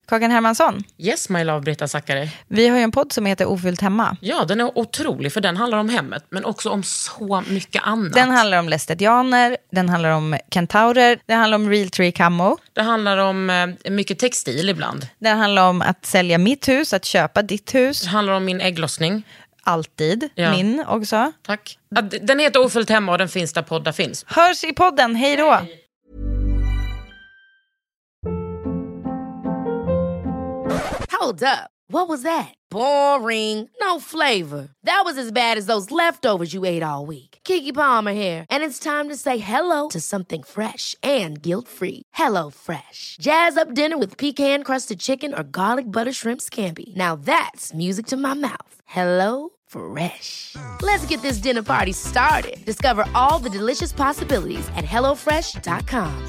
Kakan Hermansson. Yes, my love, Britta Zackari. Vi har ju en podd som heter Ofyllt hemma. Ja, den är otrolig för den handlar om hemmet, men också om så mycket annat. Den handlar om lästetianer, den handlar om kentaurer, den handlar om real tree camo. Det handlar om mycket textil ibland. Den handlar om att sälja mitt hus, att köpa ditt hus. Det handlar om min ägglossning. Alltid, min också. Tack. Den heter Ofyllt hemma och den finns där poddar finns. Hörs i podden, hej då! Hold up. What was that? Boring. No flavor. That was as bad as those leftovers you ate all week. Keke Palmer here, and it's time to say hello to something fresh and guilt-free. Hello Fresh. Jazz up dinner with pecan-crusted chicken or garlic butter shrimp scampi. Now that's music to my mouth. Hello Fresh. Let's get this dinner party started. Discover all the delicious possibilities at hellofresh.com.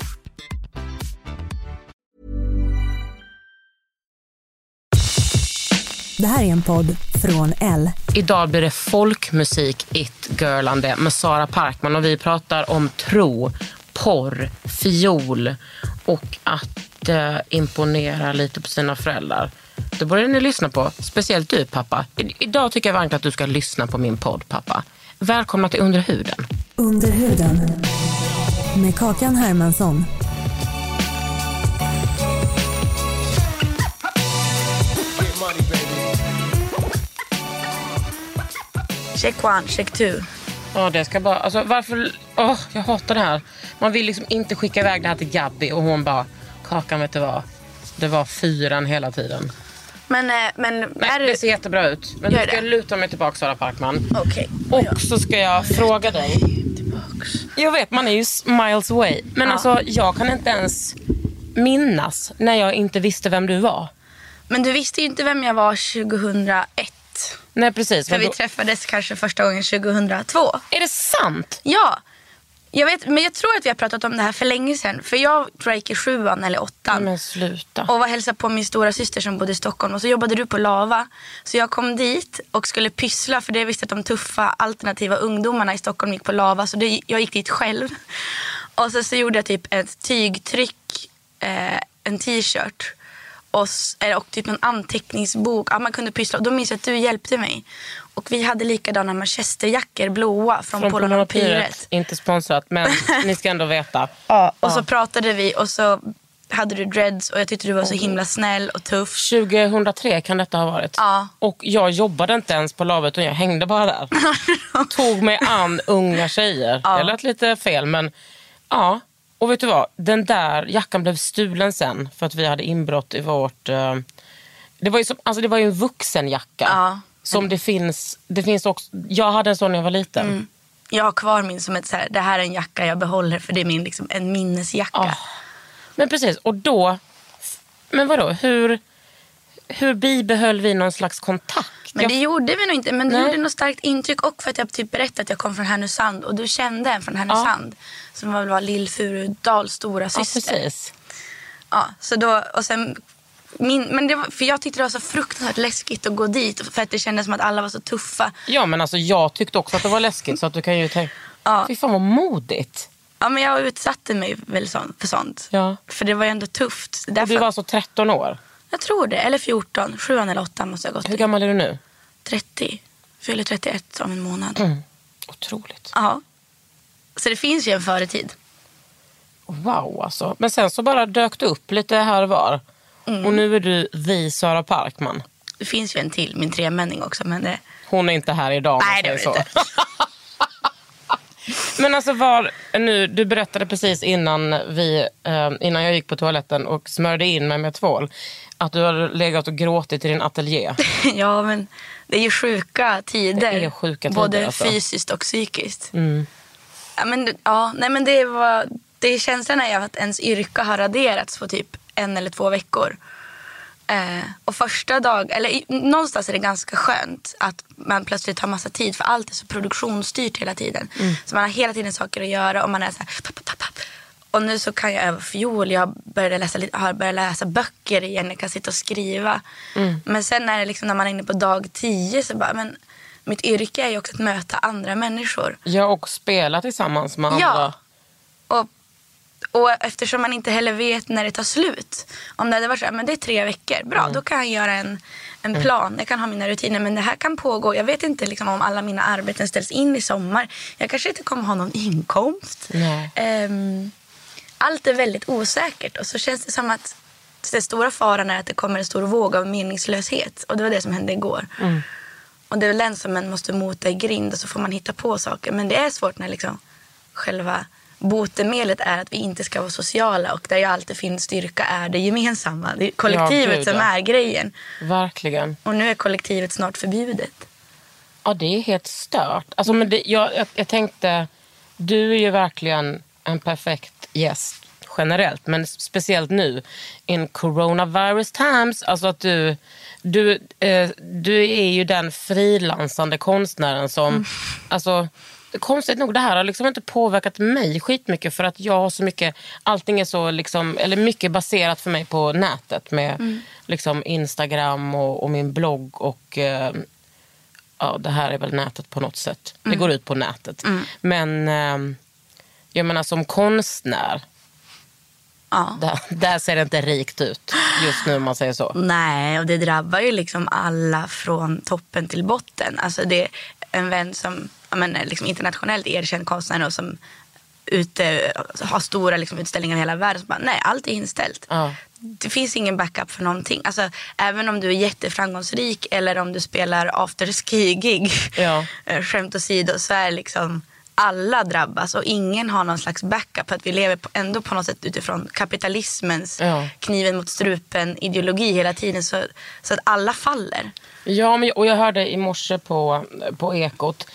Det här är en podd från L. Idag blir det folkmusik-it-girlande med Sara Parkman och vi pratar om tro, porr, fiol och att imponera lite på sina föräldrar. Det borde ni lyssna på, speciellt du pappa. Idag tycker jag varmt att du ska lyssna på min podd, pappa. Välkomna till Under huden. Under huden med Kakan Hermansson. Check one, check two. Ja, det ska bara... Alltså, varför... jag hatar det här. Man vill liksom inte skicka iväg det här till Gabby och hon bara... Kakan, vet du vad? Det var 4 hela tiden. Men Nej, det ser jättebra ut. Men du ska luta mig tillbaka, Sara Parkman. Okej. Och så ska jag fråga dig. Jag vet, man är ju miles away. Men alltså, jag kan inte ens minnas när jag inte visste vem du var. Men du visste ju inte vem jag var 2001. Nej, precis. För vi träffades kanske första gången 2002. Är det sant? Ja. Jag vet, men jag tror att vi har pratat om det här för länge sedan. För jag tror jag gick i 7:an eller 8:an. Men sluta. Och var hälsade på min stora syster som bodde i Stockholm. Och så jobbade du på Lava. Så jag kom dit och skulle pyssla. För det visste att de tuffa alternativa ungdomarna i Stockholm gick på Lava. Så jag gick dit själv. Och så gjorde jag typ ett tygtryck. En t-shirt. Och typ en anteckningsbok. Ja, man kunde pyssla. Och då minns jag att du hjälpte mig. Och vi hade likadana manchesterjackor, blåa från Polarna och Pyret. Inte sponsrat, men ni ska ändå veta. Och så pratade vi och så hade du dreads och jag tyckte du var så himla snäll och tuff. 2003 kan detta ha varit. Ja. Och jag jobbade inte ens på Lavet och jag hängde bara där. Tog mig an unga tjejer. Det lät lite fel, men ja. Och vet du vad? Den där jackan blev stulen sen för att vi hade inbrott i vårt... Det var ju en vuxenjacka. Ja. Som det finns också. Jag hade en sån när jag var liten. Mm. Jag har kvar min som ett så här, det här är en jacka jag behåller för det är min liksom en minnesjacka. Men precis, och då... Men vadå, hur bibehöll vi någon slags kontakt? Men det gjorde vi nog inte. Men det gjorde något starkt intryck. Och för att jag typ berättade att jag kom från Härnösand. Och du kände en från Härnösand. Som var Lill Furudals stora syster. Ja, precis. Ja, så då... Och sen... Men det var, för jag tyckte det var så fruktansvärt läskigt att gå dit. För att det kändes som att alla var så tuffa. Ja, men alltså jag tyckte också att det var läskigt. Så att du kan ju tänka... Fy fan vad modigt. Ja, men jag utsatte mig väl för sånt. Ja. För det var ju ändå tufft. Därför... Och du var så 13 år? Jag tror det, eller 14, 7 eller 8 måste jag ha gått. Hur gammal är du nu? 30, fyller 31 om en månad. Otroligt. Ja, så det finns ju en företid. Wow alltså, men sen så bara dök du upp lite här och var. Och nu är du Sara Parkman. Det finns ju en till, min tremänning också, men det... Hon är inte här idag. Nej, det är så. Inte. Men alltså du berättade precis innan jag gick på toaletten och smörde in mig med tvål att du hade legat och gråtit i din ateljé. Ja, men det är ju sjuka tider. Det är sjuka tider, både alltså. fysiskt och psykiskt. Ja, men det känslan är att ens yrke har raderats på typ 1 eller 2 veckor. Och första dag, eller någonstans är det ganska skönt att man plötsligt har massa tid, för allt är så produktionsstyrt hela tiden. Så man har hela tiden saker att göra och man är så här, och nu så kan jag öva fiol, jag har börjat läsa böcker igen, jag kan sitta och skriva. Men sen är det liksom när man är inne på dag 10 så bara, men mitt yrke är ju också att möta andra människor. Ja, och spela tillsammans med andra. Ja, Och eftersom man inte heller vet när det tar slut. Om det hade varit så här, men det är 3 veckor. Bra, då kan jag göra en plan. Jag kan ha mina rutiner. Men det här kan pågå. Jag vet inte liksom, om alla mina arbeten ställs in i sommar. Jag kanske inte kommer ha någon inkomst. Allt är väldigt osäkert. Och så känns det som att den stora faran är att det kommer en stor våg av meningslöshet. Och det var det som hände igår. Och det är väl den som man måste mota i grind. Och så får man hitta på saker. Men det är svårt när liksom själva botemedlet är att vi inte ska vara sociala. Och där ju alltid finns styrka är det gemensamma. Det är kollektivet som är grejen. Verkligen. Och nu är kollektivet snart förbjudet. Ja, det är helt stört. Alltså, men jag tänkte, du är ju verkligen en perfekt gäst generellt. Men speciellt nu, in coronavirus times. Alltså att du är ju den frilansande konstnären som... Alltså, konstigt nog, det här har liksom inte påverkat mig skitmycket för att jag har så mycket, allting är så liksom, eller mycket baserat för mig på nätet med liksom Instagram och min blogg och ja, det här är väl nätet på något sätt. Det går ut på nätet. Men jag menar som konstnär, där ser det inte rikt ut just nu om man säger så. Nej, och det drabbar ju liksom alla från toppen till botten. Alltså det är en vän som liksom internationellt erkänd konstnär och som har stora liksom utställningar i hela världen. Så bara, nej, allt är inställt. Det finns ingen backup för någonting. Alltså, även om du är jätteframgångsrik eller om du spelar afterski-gig, skämt åsido, så är liksom alla drabbas och ingen har någon slags backup. För att vi lever ändå på något sätt utifrån kapitalismens kniven mot strupen ideologi hela tiden, så att alla faller. Ja, och jag hörde i morse på Ekot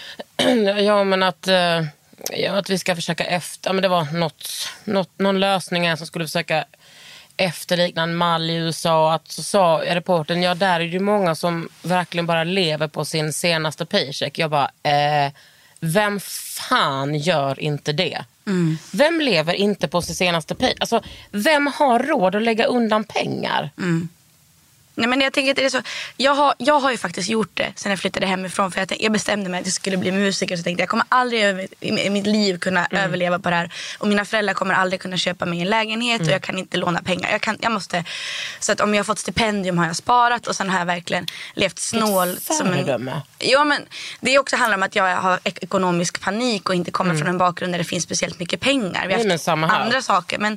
att vi ska försöka men det var någon lösning här som skulle försöka efterlikna en mall i USA. Att så sa reportern, där är det många som verkligen bara lever på sin senaste paycheck. Jag bara, vem fan gör inte det? Vem lever inte på sin senaste paycheck? Alltså, vem har råd att lägga undan pengar? Nej, men jag tänker att det är så. Jag har ju faktiskt gjort det sen jag flyttade hemifrån. För jag bestämde mig att jag skulle bli musiker. Så tänkte jag kommer aldrig i mitt liv kunna överleva på det här. Och mina föräldrar kommer aldrig kunna köpa mig en lägenhet. Och jag kan inte låna pengar. Jag måste. Så att om jag har fått stipendium har jag sparat. Och sen har jag verkligen levt snål. Ja, men det också handlar om att jag har ekonomisk panik. Och inte kommer från en bakgrund där det finns speciellt mycket pengar. Vi har haft andra saker. Men...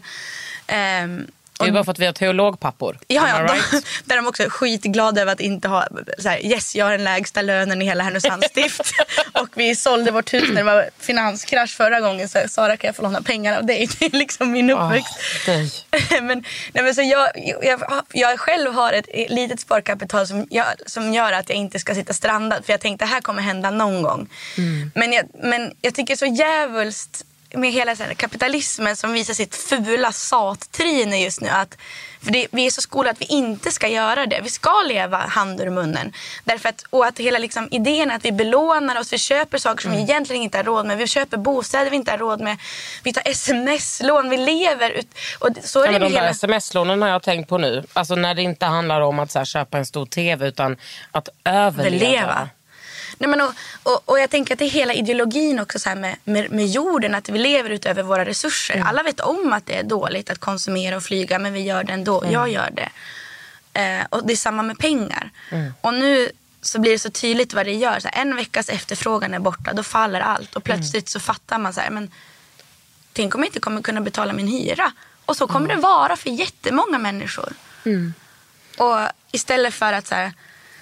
det är bara för att vi har teologpappor. Där de också är skitglada över att inte ha så här, yes, jag har den lägsta lönen i hela Härnösands stift. Och vi sålde vårt hus när det var finanskrasch förra gången. Så Sara, kan jag få låna pengar av dig? Det är liksom min uppväxt. Men så jag själv har ett litet sparkapital som gör att jag inte ska sitta strandad. För jag tänkte, det här kommer hända någon gång. Men jag tycker så jävulst med hela så här kapitalismen som visar sitt fula sattryne just nu. För vi är så skolade att vi inte ska göra det. Vi ska leva hand ur munnen. Och att hela liksom idén att vi belånar oss, vi köper saker som vi egentligen inte har råd med. Vi köper bostäder vi inte har råd med. Vi tar sms-lån, vi lever ut. Och så är det de där sms-lånen har jag tänkt på nu. Alltså när det inte handlar om att så här, köpa en stor tv utan att överleva. Nej, men och jag tänker att det är hela ideologin också så här med jorden, att vi lever utöver våra resurser. Alla vet om att det är dåligt att konsumera och flyga, men vi gör det ändå. Jag gör det. Och det är samma med pengar. Och nu så blir det så tydligt vad det gör. Så här, en veckas efterfrågan är borta, då faller allt. Och plötsligt så fattar man så här, men tänk om jag inte kommer kunna betala min hyra. Och så kommer det vara för jättemånga människor. Och istället för att så här...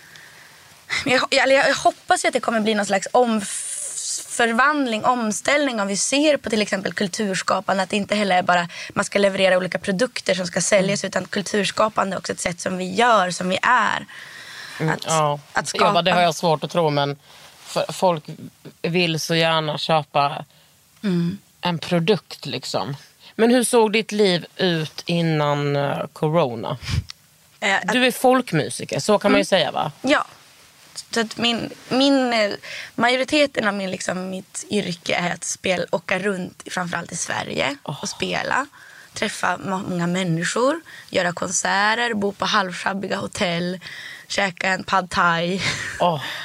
Jag hoppas att det kommer bli någon slags omställning om vi ser på till exempel kulturskapande, att det inte heller är bara man ska leverera olika produkter som ska säljas, utan kulturskapande är också ett sätt som vi gör, som vi är. Att skapa. Ja, det har jag svårt att tro, men folk vill så gärna köpa en produkt liksom. Men hur såg ditt liv ut innan corona? Du är folkmusiker, så kan man ju säga, va? Ja. Så att majoriteten av mitt yrke är att åka runt framförallt i Sverige och spela, träffa många människor, göra konserter, bo på halvschabbiga hotell, käka en pad thai.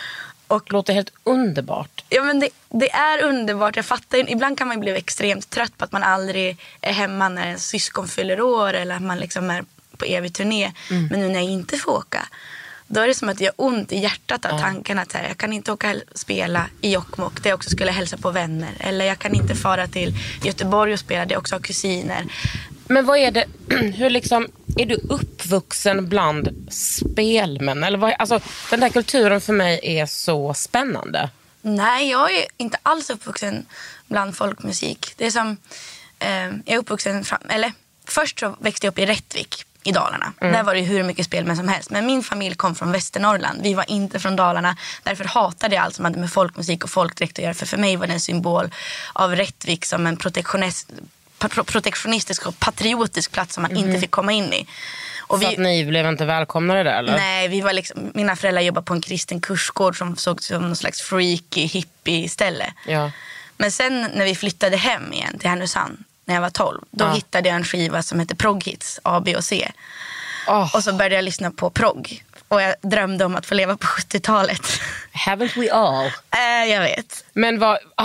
Och låter helt underbart. Ja, men det är underbart. Jag fattar, ibland kan man bli extremt trött på att man aldrig är hemma när en syskon fyller år eller att man liksom är på evig turné. Men nu när jag inte får åka, då är det som att jag har ont i hjärtat av tanken att jag kan inte åka spela i Jokkmokk där jag också skulle hälsa på vänner. Eller jag kan inte fara till Göteborg och spela där jag också har kusiner. Men vad är det, hur liksom, är du uppvuxen bland spelmän? Eller vad, alltså, den där kulturen för mig är så spännande. Nej, jag är inte alls uppvuxen bland folkmusik. Det är som, jag är uppvuxen, först så växte jag upp i Rättvik i Dalarna. Där var det hur mycket spelmän som helst. Men min familj kom från Västernorrland. Vi var inte från Dalarna. Därför hatade jag allt som hade med folkmusik och folkdräkt att göra. För mig var det en symbol av Rättvik som en protektionistisk och patriotisk plats som man inte fick komma in i. Och så att ni blev inte välkomnade där, eller? Nej, vi var liksom, mina föräldrar jobbade på en kristen kursgård som såg som någon slags freaky hippie ställe. Ja. Men sen när vi flyttade hem igen till Härnösand när jag var 12, då hittade jag en skiva som heter Progghits A, B och C. Och så började jag lyssna på progg. Och jag drömde om att få leva på 70-talet. Haven't we all? Jag vet. Men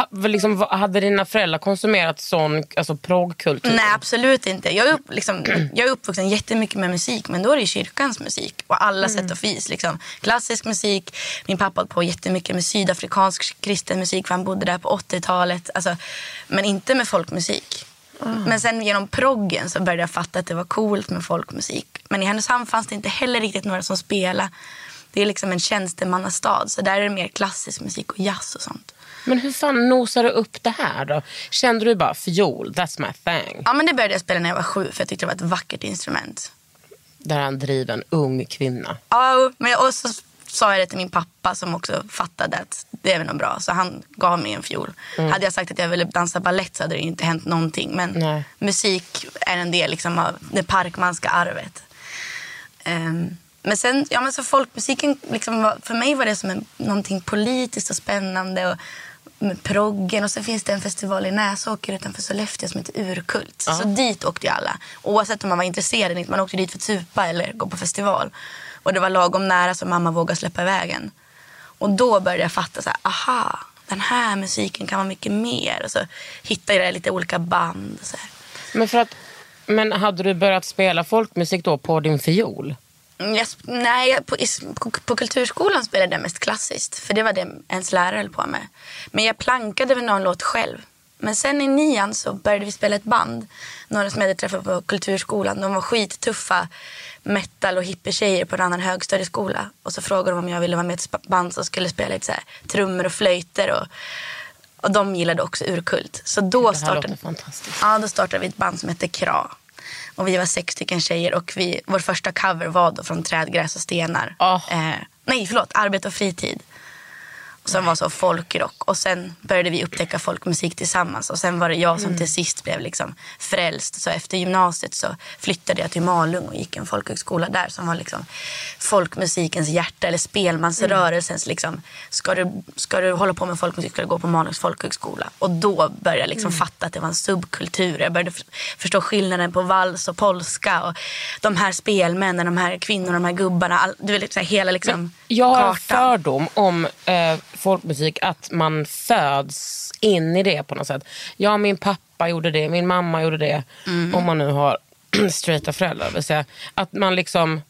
hade dina föräldrar konsumerat sån proggkultur? Nej, absolut inte. Jag är uppvuxen jättemycket med musik, men då är det kyrkans musik. Och alla sätt och vis. Liksom. Klassisk musik. Min pappa höll på jättemycket med sydafrikansk kristen musik, för han bodde där på 80-talet. Alltså, men inte med folkmusik. Men sen genom proggen så började jag fatta att det var coolt med folkmusik. Men i Härnösand fanns det inte heller riktigt några som spelade. Det är liksom en tjänstemannastad, så där är det mer klassisk musik och jazz och sånt. Men hur fan nosade du upp det här då? Kände du bara fiol, that's my thing? Ja, men det började jag spela när jag var 7, för jag tyckte det var ett vackert instrument. Där är en driven ung kvinna. Ja, men och så sa jag det till min pappa som också fattade att det är väl något bra. Så han gav mig en fiol. Hade jag sagt att jag ville dansa ballett så hade det inte hänt någonting. Men musik är en del liksom av det parkmanska arvet. Men sen, så folkmusiken liksom för mig var det som någonting politiskt och spännande och med proggen. Och så finns det en festival i Näsåker utanför Sollefteå som heter Urkult. Så dit åkte ju alla. Oavsett om man var intresserad eller inte. Man åkte dit för att supa eller gå på festival. Och det var lagom nära så mamma vågade släppa iväg en. Och då började jag fatta så här, aha, den här musiken kan vara mycket mer. Och så hittade jag lite olika band och så här. Men hade du börjat spela folkmusik då på din fiol? På kulturskolan spelade jag mest klassiskt. För det var det ens lärare höll på med. Men jag plankade väl någon låt själv. Men sen i 9:an så började vi spela ett band. Några som jag hade träffat på kulturskolan. De var skittuffa metal- och hippie-tjejer på en annan högstadieskola. Och så frågade de om jag ville vara med i ett band som skulle spela lite så här trummor och flöjter. Och de gillade också Urkult. Så då startade vi ett band som hette Kra. Och vi var 6 stycken tjejer. Och vår första cover var då från Träd, gräs och stenar. Arbete och fritid. Som var så folkrock. Och sen började vi upptäcka folkmusik tillsammans. Och sen var det jag som till sist blev liksom frälst. Så efter gymnasiet så flyttade jag till Malung och gick en folkhögskola där som var liksom folkmusikens hjärta eller spelmansrörelsens liksom. Ska du hålla på med folkmusik ska du gå på Malungs folkhögskola. Och då började jag liksom fatta att det var en subkultur. Jag började förstå skillnaden på vals och polska och de här spelmännen, de här kvinnorna, de här gubbarna, du vet så här, hela liksom jag har kartan. En fördom om folkmusik att man föds in i det på något sätt. Ja, min pappa gjorde det, min mamma gjorde det. Om man nu har straighta föräldrar, vill säga. Att man liksom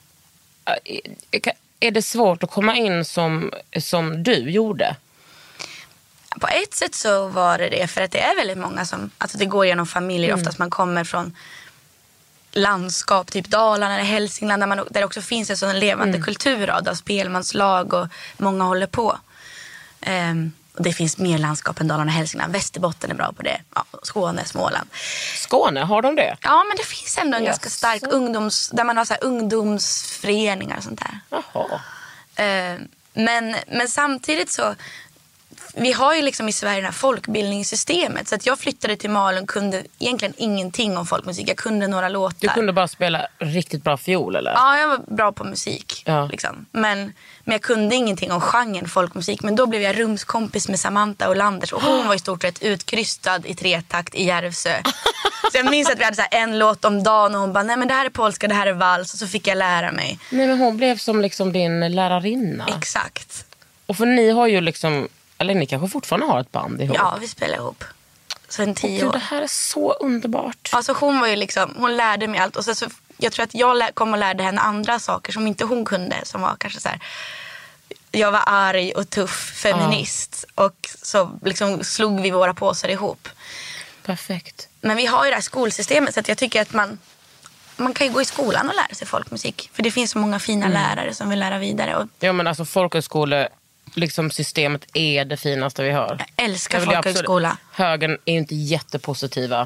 är det svårt att komma in som du gjorde? På ett sätt så var det för att det är väldigt många som, alltså det går genom familjer, oftast man kommer från landskap, typ Dalarna eller Hälsingland där det också finns en sån levande kultur av spelmanslag och många håller på. Och det finns mer landskap än Dalarna och Hälsingland. Västerbotten är bra på det. Ja, Skåne, Småland. Skåne, har de det? Ja, men det finns ändå en ganska stark där man har så här ungdomsföreningar och sånt där. Jaha. Men samtidigt så vi har ju liksom i Sverige det här folkbildningssystemet. Så att jag flyttade till Malung kunde egentligen ingenting om folkmusik. Jag kunde några låtar. Du kunde bara spela riktigt bra fiol, eller? Ja, jag var bra på musik. Ja. Liksom. Men jag kunde ingenting om genren folkmusik. Men då blev jag rumskompis med Samantha Olanders. Och hon var i stort sett utkrystad i 3-takt i Järvsö. Så jag minns att vi hade så här en låt om dagen. Och hon bara, nej men det här är polska, det här är vals. Och så fick jag lära mig. Nej, men hon blev som liksom din lärarinna. Exakt. Och för ni har ju liksom, eller ni kanske fortfarande har ett band ihop. Ja, vi spelar ihop. Sen 10 år. Det här är så underbart. Alltså hon var ju liksom, hon lärde mig allt. Och så jag tror att jag kom och lärde henne andra saker som inte hon kunde. Som var kanske så här, jag var arg och tuff feminist. Och så liksom slog vi våra påsar ihop. Perfekt. Men vi har ju det här skolsystemet så att jag tycker att man kan ju gå i skolan och lära sig folkmusik. För det finns så många fina lärare som vill lära vidare. Och Ja, men alltså folkhögskole, liksom systemet är det finaste vi har. jag älskar folkhögskola. Högern är ju inte jättepositiva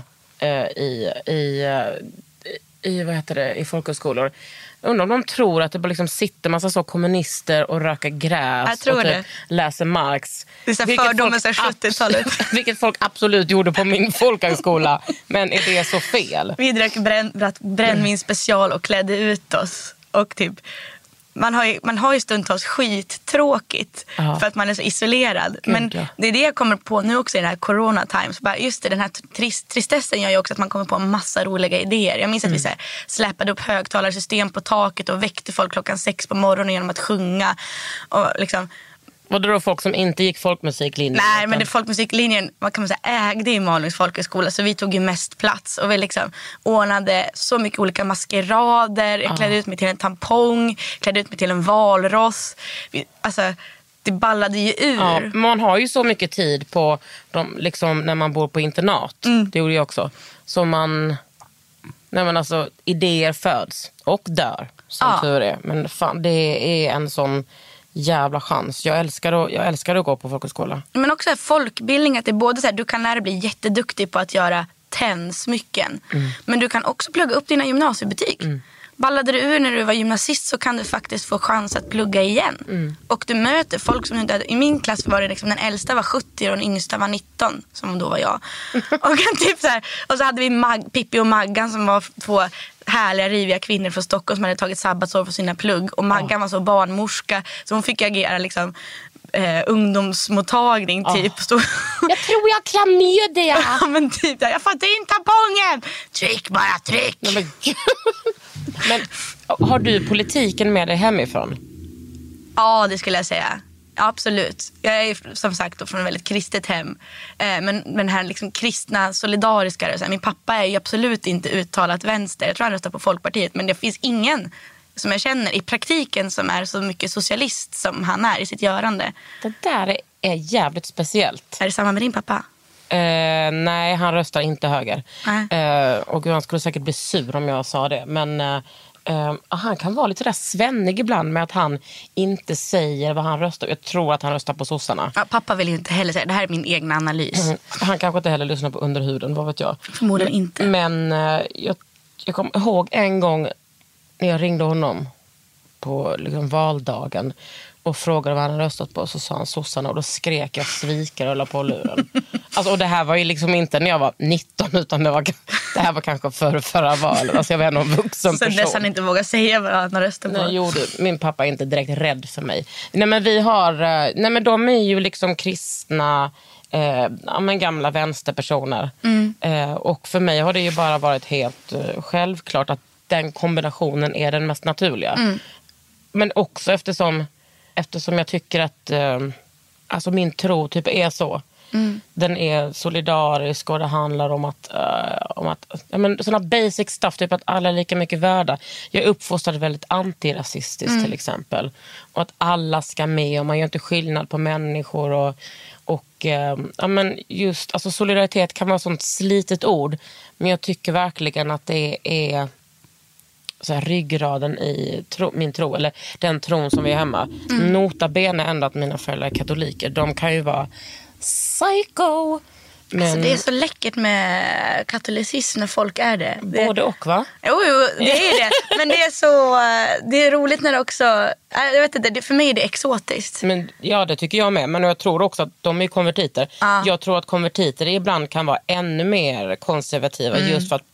vad heter det, i folkhögskolor. Undrar om de tror att det bara liksom sitter massa så kommunister och röker gräs. Jag tror och det. Läser Marx. Det är så fördomar sedan 70-talet. Vilket folk absolut gjorde på min folkhögskola. Men är det så fel? Vi drack brännvin special och klädde ut oss. Och typ, man har ju stundtals skittråkigt för att man är så isolerad. Men det är det jag kommer på nu också i den här corona times. Just det, den här tristessen gör ju också att man kommer på en massa roliga idéer. Jag minns att vi så här, släpade upp högtalarsystem på taket och väckte folk 6 på morgonen genom att sjunga. Och liksom... Var det då folk som inte gick folkmusiklinjen? Nej, men det folkmusiklinjen, vad kan man säga, ägde i Malungs folkhögskola. Så vi tog ju mest plats. Och vi liksom ordnade så mycket olika maskerader. Jag klädde ut mig till en tampong. Klädde ut mig till en valross. Alltså, det ballade ju ur. Ja, man har ju så mycket tid på liksom, när man bor på internat. Det gjorde jag också. Så idéer föds och dör. Som tur är. Men fan, det är en sån jävla chans. Jag älskar att gå på folkhögskola. Men också folkbildning, att det är både så här, du kan lära dig bli jätteduktig på att göra tändsmycken. Men du kan också plugga upp dina gymnasiebetyg. Ballade du ur när du var gymnasist så kan du faktiskt få chans att plugga igen. Och du möter folk som inte... I min klass var det liksom, den äldsta var 70 och den yngsta var 19, som då var jag. Och så hade vi Pippi och Maggan som var 2 härliga, riviga kvinnor från Stockholm som hade tagit sabbatsår för sina plugg. Och Maggan var så barnmorska så hon fick agera liksom ungdomsmottagning typ. Jag tror jag har klamydia. Ja, men typ jag får inte in tampongen. Tryck bara, tryck. Men har du politiken med dig hemifrån? Ja, det skulle jag säga. Ja, absolut. Jag är som sagt från ett väldigt kristet hem. Men här liksom kristna solidariska. Min pappa är ju absolut inte uttalat vänster. Jag tror han röstar på Folkpartiet. Men det finns ingen som jag känner i praktiken som är så mycket socialist som han är i sitt görande. Det där är jävligt speciellt. Är det samma med din pappa? Nej, han röstar inte höger. Och han skulle säkert bli sur om jag sa det. Men han kan vara lite där svennig ibland med att han inte säger vad han röstar. Jag tror att han röstar på sossarna. Ja, pappa vill ju inte heller säga. Det här är min egna analys. Han kanske inte heller lyssnar på Underhuden, vad vet jag. Förmodligen inte. Men jag kommer ihåg en gång när jag ringde honom på liksom valdagen och frågade vad han hade röstat på, så sa han sossarna och då skrek jag svikare och la på luren. Alltså, och det här var ju liksom inte när jag var 19 utan det här var kanske förra valet. Alltså jag var en vuxen person. Så dess han inte vågar säga vad han röstar på. Nej, min pappa är inte direkt rädd för mig. Nej, men de är ju liksom kristna gamla vänsterpersoner. Och för mig har det ju bara varit helt självklart att den kombinationen är den mest naturliga. Men också eftersom jag tycker att alltså min tro typ är så. Den är solidarisk och det handlar om att sådana basic stuff, typ att alla är lika mycket värda. Jag är uppfostrad väldigt antirasistiskt till exempel. Och att alla ska med och man gör inte skillnad på människor och just alltså solidaritet kan vara ett sånt slitet ord, men jag tycker verkligen att det är så här ryggraden i min tro, eller den tron som vi är hemma. Nota bene ändå att mina föräldrar är katoliker. De kan ju vara psycho. Men alltså, det är så läckert med katolicism när folk är det. Både och, va? Jo, det är det. Men det är så... Det är roligt när det också... Jag vet inte, för mig är det exotiskt. Men, ja, det tycker jag med. Men jag tror också att de är konvertiter. Jag tror att konvertiter ibland kan vara ännu mer konservativa just för att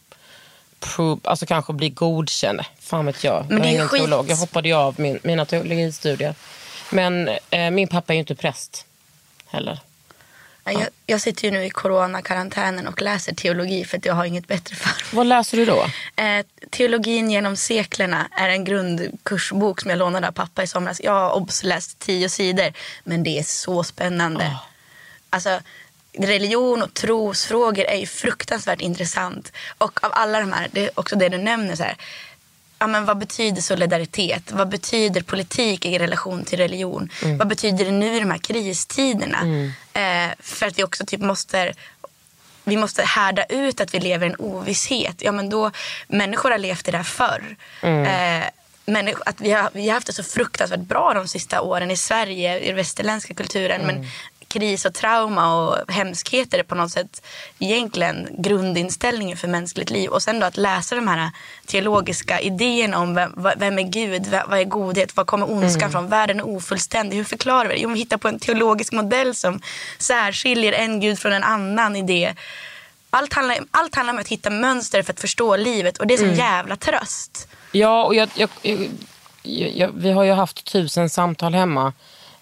alltså kanske bli godkänd. Fan vet jag. Men jag är ingen skit. teolog. Jag hoppade ju av mina teologistudier. Men min pappa är ju inte präst heller. Jag sitter ju nu i coronakarantänen och läser teologi för att jag har inget bättre för. Vad läser du då? Teologin genom seklerna är en grundkursbok som jag lånade av pappa i somras. Jag har läst 10 sidor, men det är så spännande. Alltså, religion och trosfrågor är ju fruktansvärt intressant. Och av alla de här, det är också det du nämner så här. Ja, men vad betyder solidaritet? Vad betyder politik i relation till religion? Vad betyder det nu i de här kristiderna? För att vi också typ vi måste härda ut att vi lever i en ovisshet. Ja, men då, människor har levt det där förr. Att vi har haft det så fruktansvärt bra de sista åren i Sverige, i den västerländska kulturen. Men kris och trauma och hemskheter är på något sätt egentligen grundinställningen för mänskligt liv. Och sen då att läsa de här teologiska idéerna om vem är Gud, vad är godhet, vad kommer ondskan från, världen är ofullständig, hur förklarar vi det? Jo, vi hittar på en teologisk modell som särskiljer en Gud från en annan idé. Allt handlar om att hitta mönster för att förstå livet, och det är som jävla tröst. Ja, och vi har ju haft 1000 samtal hemma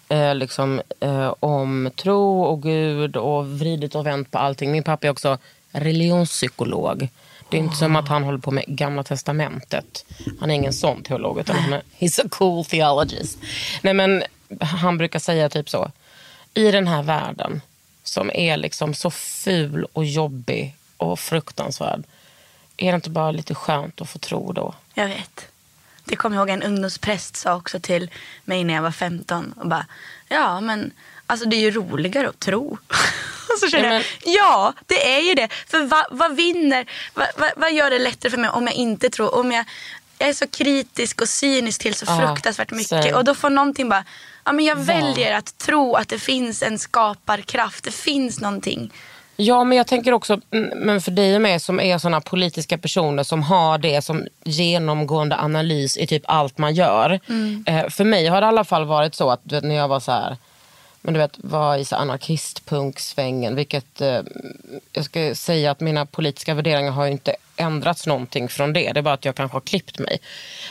om tro och Gud och vridit och vänt på allting. Min pappa är också religionspsykolog. Det är inte som att han håller på med Gamla testamentet. Han är ingen sån teolog, utan he's a cool theologist. Nej, men han brukar säga typ så: i den här världen som är liksom så ful och jobbig och fruktansvärd, är det inte bara lite skönt att få tro då? Jag vet. Det kommer jag ihåg en ungdomspräst sa också till mig när jag var 15. Och bara, ja men alltså det är ju roligare att tro. Och så känner jag, ja det är ju det. För vad vinner, vad gör det lättare för mig om jag inte tror? Om jag är så kritisk och cynisk till så fruktansvärt mycket. Och då får någonting bara, ja men jag väljer att tro att det finns en skaparkraft. Det finns någonting. Ja, men jag tänker också, men för dig och mig som är såna politiska personer som har det som genomgående analys i typ allt man gör. För mig har det i alla fall varit så att, du vet, när jag var så här, men du vet, var i så anarkistpunksvängen, vilket jag ska säga att mina politiska värderingar har ju inte ändrats någonting från det. Det är bara att jag kanske har klippt mig.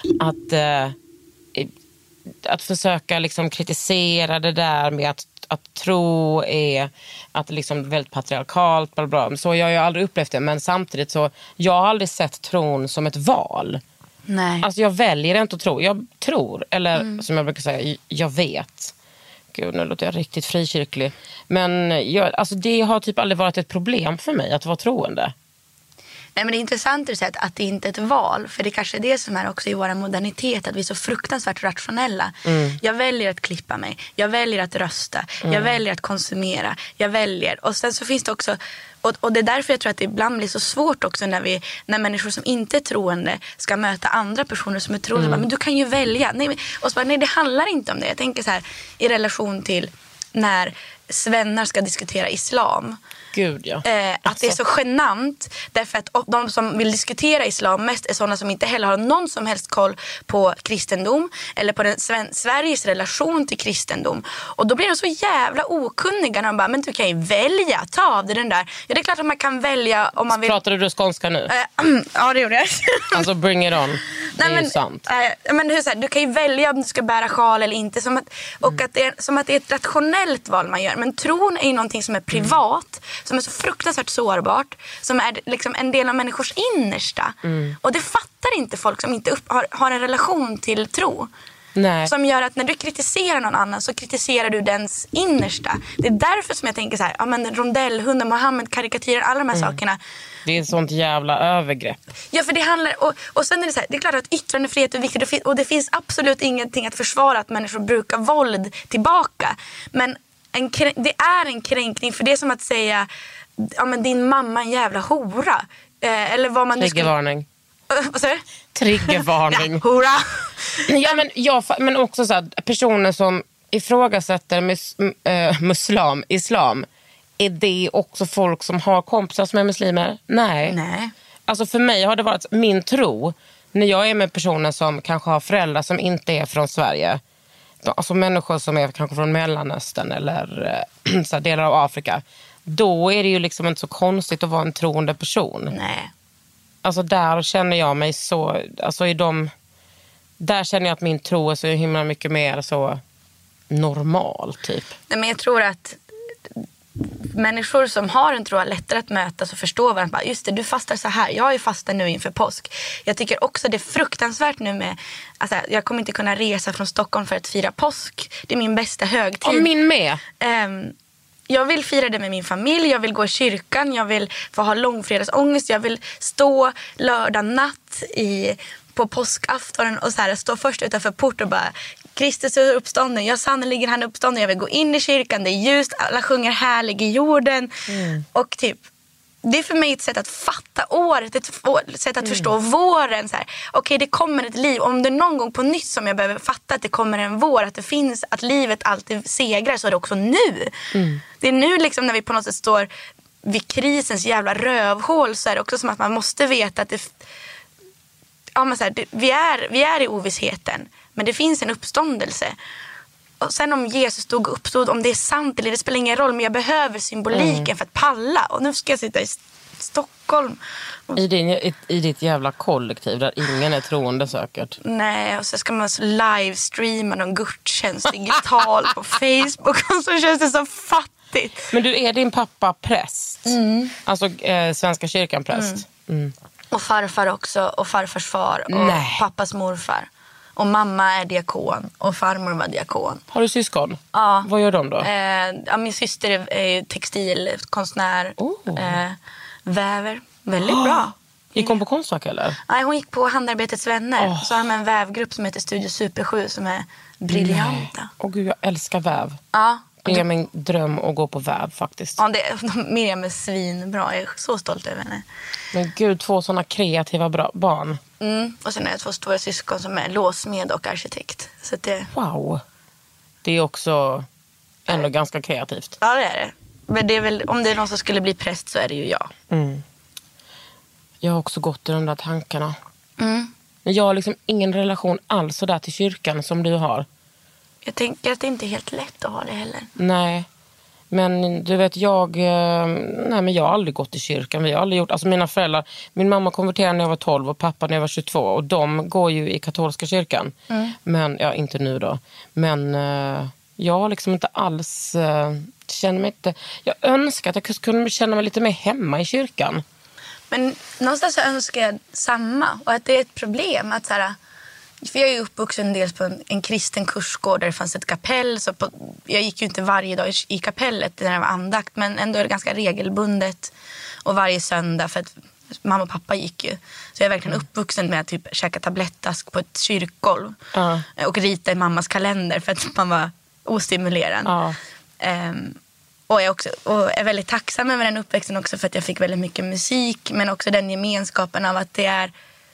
Att försöka liksom kritisera det där med att tro är att liksom väldigt patriarkalt, bla bla. Så jag har ju aldrig upplevt det, men samtidigt så jag har aldrig sett tron som ett val. Nej. Alltså jag väljer inte att tro. Jag tror, eller som jag brukar säga, jag vet. Gud, nu låter jag riktigt frikyrklig. Men alltså det har typ aldrig varit ett problem för mig att vara troende. Nej, men det är intressant att det inte är ett val. För det kanske är det som är också i vår modernitet. Att vi är så fruktansvärt rationella. Jag väljer att klippa mig. Jag väljer att rösta. Jag väljer att konsumera. Jag väljer. Och sen så finns det också... Och det är därför jag tror att det ibland blir så svårt också när människor som inte är troende ska möta andra personer som är troende. Men du kan ju välja. Och så bara, nej, det handlar inte om det. Jag tänker så här i relation till när svennar ska diskutera islam. Gud, ja. Att det är så genant därför att de som vill diskutera islam mest är sådana som inte heller har någon som helst koll på kristendom eller på Sveriges relation till kristendom. Och då blir de så jävla okunniga när de bara, men du kan ju välja, ta av dig den där. Ja, det är klart att man kan välja om man vill. Pratade du skånska nu? Ja, det gjorde jag. Alltså bring it on. Det är ju sant. Men hur, så här, du kan ju välja om du ska bära sjal eller inte. Att det är, som att det är ett rationellt val man gör. Men tron är ju någonting som är privat. Som är så fruktansvärt sårbart. Som är liksom en del av människors innersta. Och det fattar inte folk som inte har en relation till tro. Nej. Som gör att när du kritiserar någon annan så kritiserar du dens innersta. Det är därför som jag tänker så här, ja men rondellhunden, Mohammed-karikatyren, alla de här sakerna. Det är ett sånt jävla övergrepp. Ja, för det handlar, och sen är det så här, det är klart att yttrandefrihet är viktigt och det finns absolut ingenting att försvara att människor brukar våld tillbaka. Men det är en kränkning, för det är som att säga, ja men din mamma är en jävla hora. Eller vad man nu ska... Triggervarning. Vad säger du? Triggervarning. Ja, hora. Ja, men också så här, personer som ifrågasätter islam, är det också folk som har kompisar som är muslimer? Nej. Alltså för mig har det varit min tro, när jag är med personer som kanske har föräldrar som inte är från Sverige, alltså människor som är kanske från Mellanöstern eller så här, delar av Afrika, då är det ju liksom inte så konstigt att vara en troende person. Nej. Alltså där känner jag mig så, alltså där känner jag att min tro är så himla mycket mer så normal typ. Nej, men jag tror att människor som har en tro har lättare att mötas och förstå varandra. Just det, du fastar så här. Jag är fastar nu inför påsk. Jag tycker också det är fruktansvärt nu med... Alltså, jag kommer inte kunna resa från Stockholm för att fira påsk. Det är min bästa högtid. Och min med. Jag vill fira det med min familj. Jag vill gå i kyrkan. Jag vill få ha långfredagsångest. Jag vill stå lördag natt på påskaftonen och så här, stå först utanför port och bara... Kristus är uppstånden, jag sannoliken han är uppstånden. Jag vill gå in i kyrkan, det är ljust, alla sjunger härlig i jorden. Och typ, det är för mig ett sätt att fatta året, ett sätt att förstå våren. Okej, det kommer ett liv. Om det är någon gång på nytt som jag behöver fatta att det kommer en vår, att det finns, att livet alltid segrar, så är det också nu. Det är nu liksom när vi på något sätt står vid krisens jävla rövhål, så är det också som att man måste veta att vi är i ovissheten. Men det finns en uppståndelse. Och sen om Jesus uppstod, om det är sant eller det spelar ingen roll. Men jag behöver symboliken för att palla. Och nu ska jag sitta i Stockholm. I ditt jävla kollektiv där ingen är troende säkert. Nej, och så ska man livestreama någon gudstjänst digitalt på Facebook. Och så känns det så fattigt. Men du, är din pappa präst? Alltså Svenska kyrkan präst? Och farfar också. Och farfars far. Och pappas morfar. Och mamma är diakon. Och farmor var diakon. Har du syskon? Ja. Vad gör de då? Min syster är textilkonstnär. Väver. Väldigt bra. Gick hon på Konstfack eller? Nej, hon gick på Handarbetets vänner. Så har de en vävgrupp som heter Studio Super 7 som är briljanta. Åh gud, jag älskar väv. Ja. Det är min dröm att gå på väv faktiskt. Ja, Miriam är svinbra. Jag är så stolt över henne. Men gud, 2 sådana kreativa barn. Och sen är det 2 stora syskon som är låsmed och arkitekt. Så det... Wow. Det är också ändå ganska kreativt. Ja, det är det. Men det är väl, om det är någon som skulle bli präst så är det ju jag. Jag har också gått i de där tankarna. Men jag har liksom ingen relation alls så där till kyrkan som du har. Jag tänker att det inte är helt lätt att ha det heller. Nej. Men du vet, jag har aldrig gått i kyrkan. Vi har aldrig gjort, alltså mina föräldrar, min mamma konverterade när jag var 12 och pappa när jag var 22. Och de går ju i katolska kyrkan. Men, ja, inte nu då. Men jag har liksom inte alls, känner mig inte, jag önskar att jag kunde känna mig lite mer hemma i kyrkan. Men någonstans så önskar jag samma. Och att det är ett problem att så här... För jag är ju uppvuxen dels på en kristen kursgård där det fanns ett kapell. Så jag gick ju inte varje dag i kapellet när det var andakt. Men ändå är det ganska regelbundet. Och varje söndag, för att mamma och pappa gick ju. Så jag är verkligen uppvuxen med att typ käka tablettask på ett kyrkgolv. Och rita i mammas kalender för att man var ostimulerad. Och jag är väldigt tacksam över den uppväxten också för att jag fick väldigt mycket musik. Men också den gemenskapen av att det är...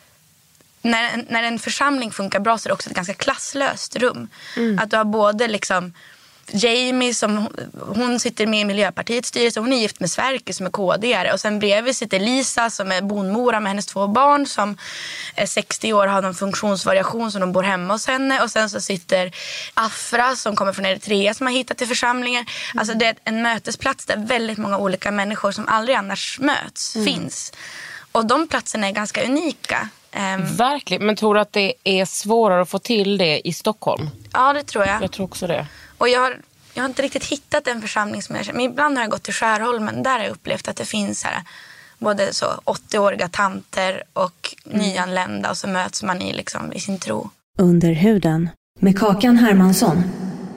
När en församling funkar bra så är det också ett ganska klasslöst rum. Att du har både liksom Jamie som hon sitter med i Miljöpartiets styrelse. Hon är gift med Sverker som är KD-are. Och sen bredvid sitter Lisa som är bonmora med hennes 2 barn. Som är 60 år, har någon funktionsvariation som de bor hemma hos henne. Och sen så sitter Afra som kommer från Eritrea som har hittat till församlingen. Alltså det är en mötesplats där väldigt många olika människor som aldrig annars möts finns. Och de platserna är ganska unika. Verkligen, men tror du att det är svårare att få till det i Stockholm? Ja, det tror jag. Jag tror också det. Och jag har inte riktigt hittat en församling som jag känner. Men ibland har jag gått till Skärholmen. Där har jag upplevt att det finns här både så 80-åriga tanter och nyanlända. Och så möts man i sin tro. Under huden med Kakan Hermansson.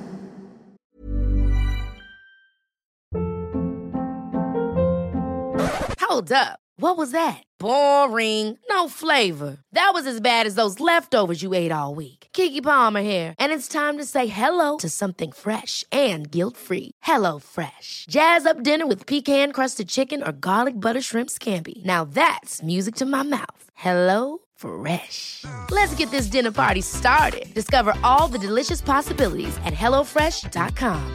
Hold up. What was that? Boring. No flavor. That was as bad as those leftovers you ate all week. Keke Palmer here. And it's time to say hello to something fresh and guilt-free. Hello Fresh. Jazz up dinner with pecan-crusted chicken or garlic butter shrimp scampi. Now that's music to my mouth. Hello Fresh. Let's get this dinner party started. Discover all the delicious possibilities at hellofresh.com.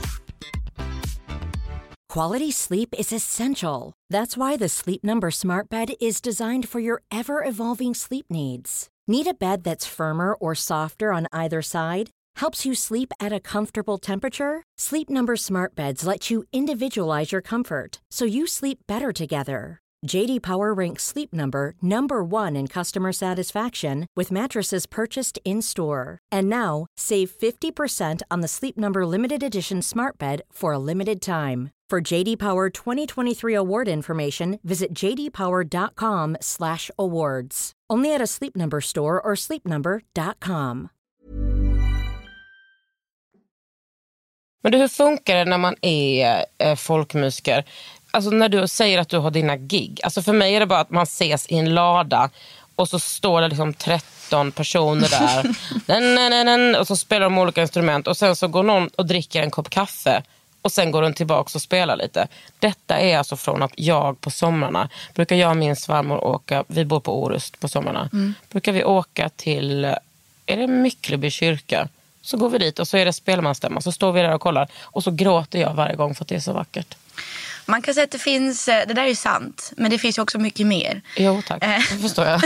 Quality sleep is essential. That's why the Sleep Number Smart Bed is designed for your ever-evolving sleep needs. Need a bed that's firmer or softer on either side? Helps you sleep at a comfortable temperature? Sleep Number Smart Beds let you individualize your comfort so you sleep better together. JD Power ranks Sleep Number number 1 in customer satisfaction with mattresses purchased in-store. And now, save 50% on the Sleep Number Limited Edition Smart Bed for a limited time. For JD Power 2023 award information, visit jdpower.com/awards. Only at a Sleep Number store or sleepnumber.com. Men hur funkar det när man är folkmusiker? Alltså när du säger att du har dina gig. Alltså för mig är det bara att man ses i en lada och så står det liksom 13 personer där. Och så spelar de olika instrument och sen så går någon och dricker en kopp kaffe och sen går de tillbaka och spelar lite. Detta är alltså från att jag på sommarna brukar jag och min svärmor åka, vi bor på Orust på sommarna. Brukar vi åka till, är det Myckleby kyrka? Så går vi dit och så är det spelmansstämma. Så står vi där och kollar. Och så gråter jag varje gång för att det är så vackert. Man kan säga att det finns, det där är ju sant, men det finns ju också mycket mer. Jo tack, det förstår jag.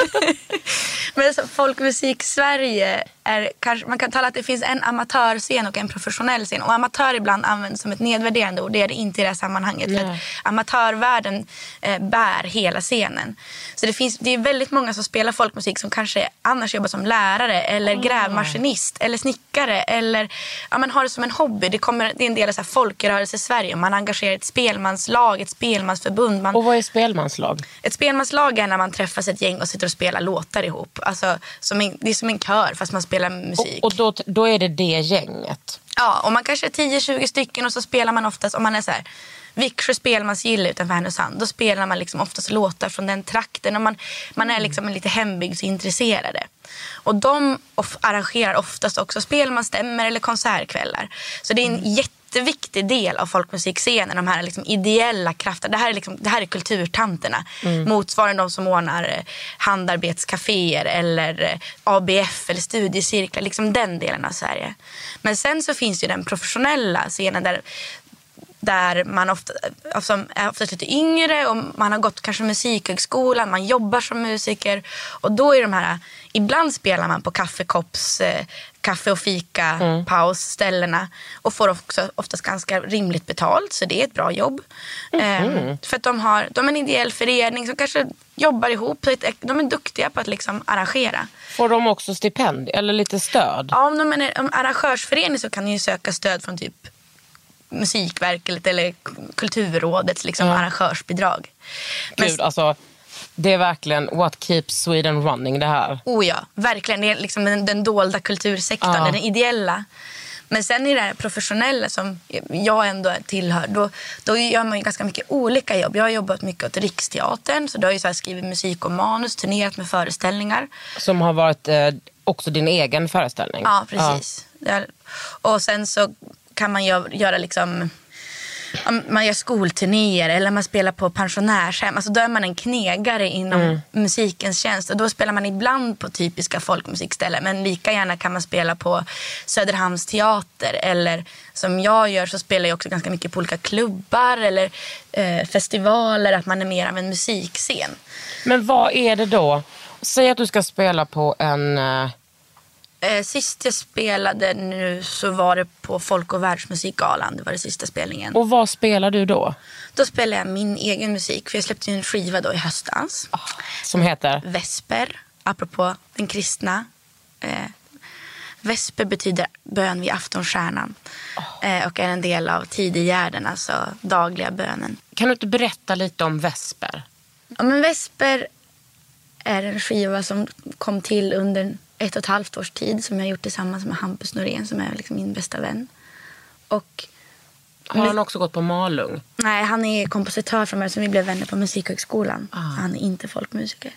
Men folkmusik Sverige är kanske, man kan tala att det finns en amatörscen och en professionell scen. Och amatör ibland används som ett nedvärderande ord. Det är det inte i det här sammanhanget. För att amatörvärlden bär hela scenen. Så det är väldigt många som spelar folkmusik som kanske annars jobbar som lärare eller grävmaskinist eller snickare. Eller man har det som en hobby. Det är en del av så här folkrörelse Sverige. Man engagerar ett spelmanslag, ett spelmansförbund. Och vad är spelmanslag? Ett spelmanslag är när man träffas ett gäng och sitter och spelar låtar ihop. Alltså, det är som en kör fast man spelar musik. Och då är det gänget? Ja, och man kanske är 10-20 stycken och så spelar man oftast, om man är så här Viksjö spelmansgille utanför Härnösand, då spelar man liksom oftast låtar från den trakten och man är liksom lite hembygdsintresserade. Och de arrangerar oftast också spelmansstämmor eller konsertkvällar. Så det är en jätteviktig del av folkmusikscenen, de här liksom ideella krafterna. Det här är kulturtanterna. Motsvarande de som ordnar handarbetscaféer eller ABF eller studiecirklar, liksom den delen av Sverige. Men sen så finns ju den professionella scenen där man är oftast lite yngre och man har gått kanske musikhögskolan, man jobbar som musiker och då är de här, ibland spelar man på kaffe och fika pausställena och får också oftast ganska rimligt betalt, så det är ett bra jobb. För att de är en ideell förening som kanske jobbar ihop, de är duktiga på att liksom arrangera. Får de också stipendier eller lite stöd? Ja, om de är en arrangörsförening så kan de ju söka stöd från typ Musikverket eller Kulturrådets liksom arrangörsbidrag. Gud, alltså det är verkligen what keeps Sweden running det här. Oh ja, verkligen. Det är liksom den dolda kultursektorn, den ideella. Men sen i det här professionella som jag ändå tillhör, då gör man ju ganska mycket olika jobb. Jag har jobbat mycket åt Riksteatern, så då har jag så här skrivit musik och manus, turnerat med föreställningar. Som har varit också din egen föreställning. Ja, precis. Ja. Och sen så kan man göra liksom, man gör skolturnéer eller man spelar på pensionärshem. Alltså då är man en knegare inom musikens tjänst. Och då spelar man ibland på typiska folkmusikställen. Men lika gärna kan man spela på Söderhamns teater. Eller som jag gör så spelar jag också ganska mycket på olika klubbar eller festivaler. Att man är mer av en musikscen. Men vad är det då? Säg att du ska spela på en... Sist jag spelade nu så var det på Folk- och världsmusikgalan. Det var det sista spelningen. Och vad spelar du då? Då spelar jag min egen musik. För jag släppte en skiva då i höstans. Som heter? Vesper. Apropå den kristna. Vesper betyder bön vid aftonstjärnan. Och är en del av tidigärden, alltså dagliga bönen. Kan du inte berätta lite om Vesper? Ja, men Vesper är en skiva som kom till under 1,5 års tid, som jag har gjort tillsammans med Hampus Norén, som är liksom min bästa vän. Och har han också gått på Malung? Nej, han är kompositör från mig, som vi blev vänner på Musikhögskolan. Han är inte folkmusiker.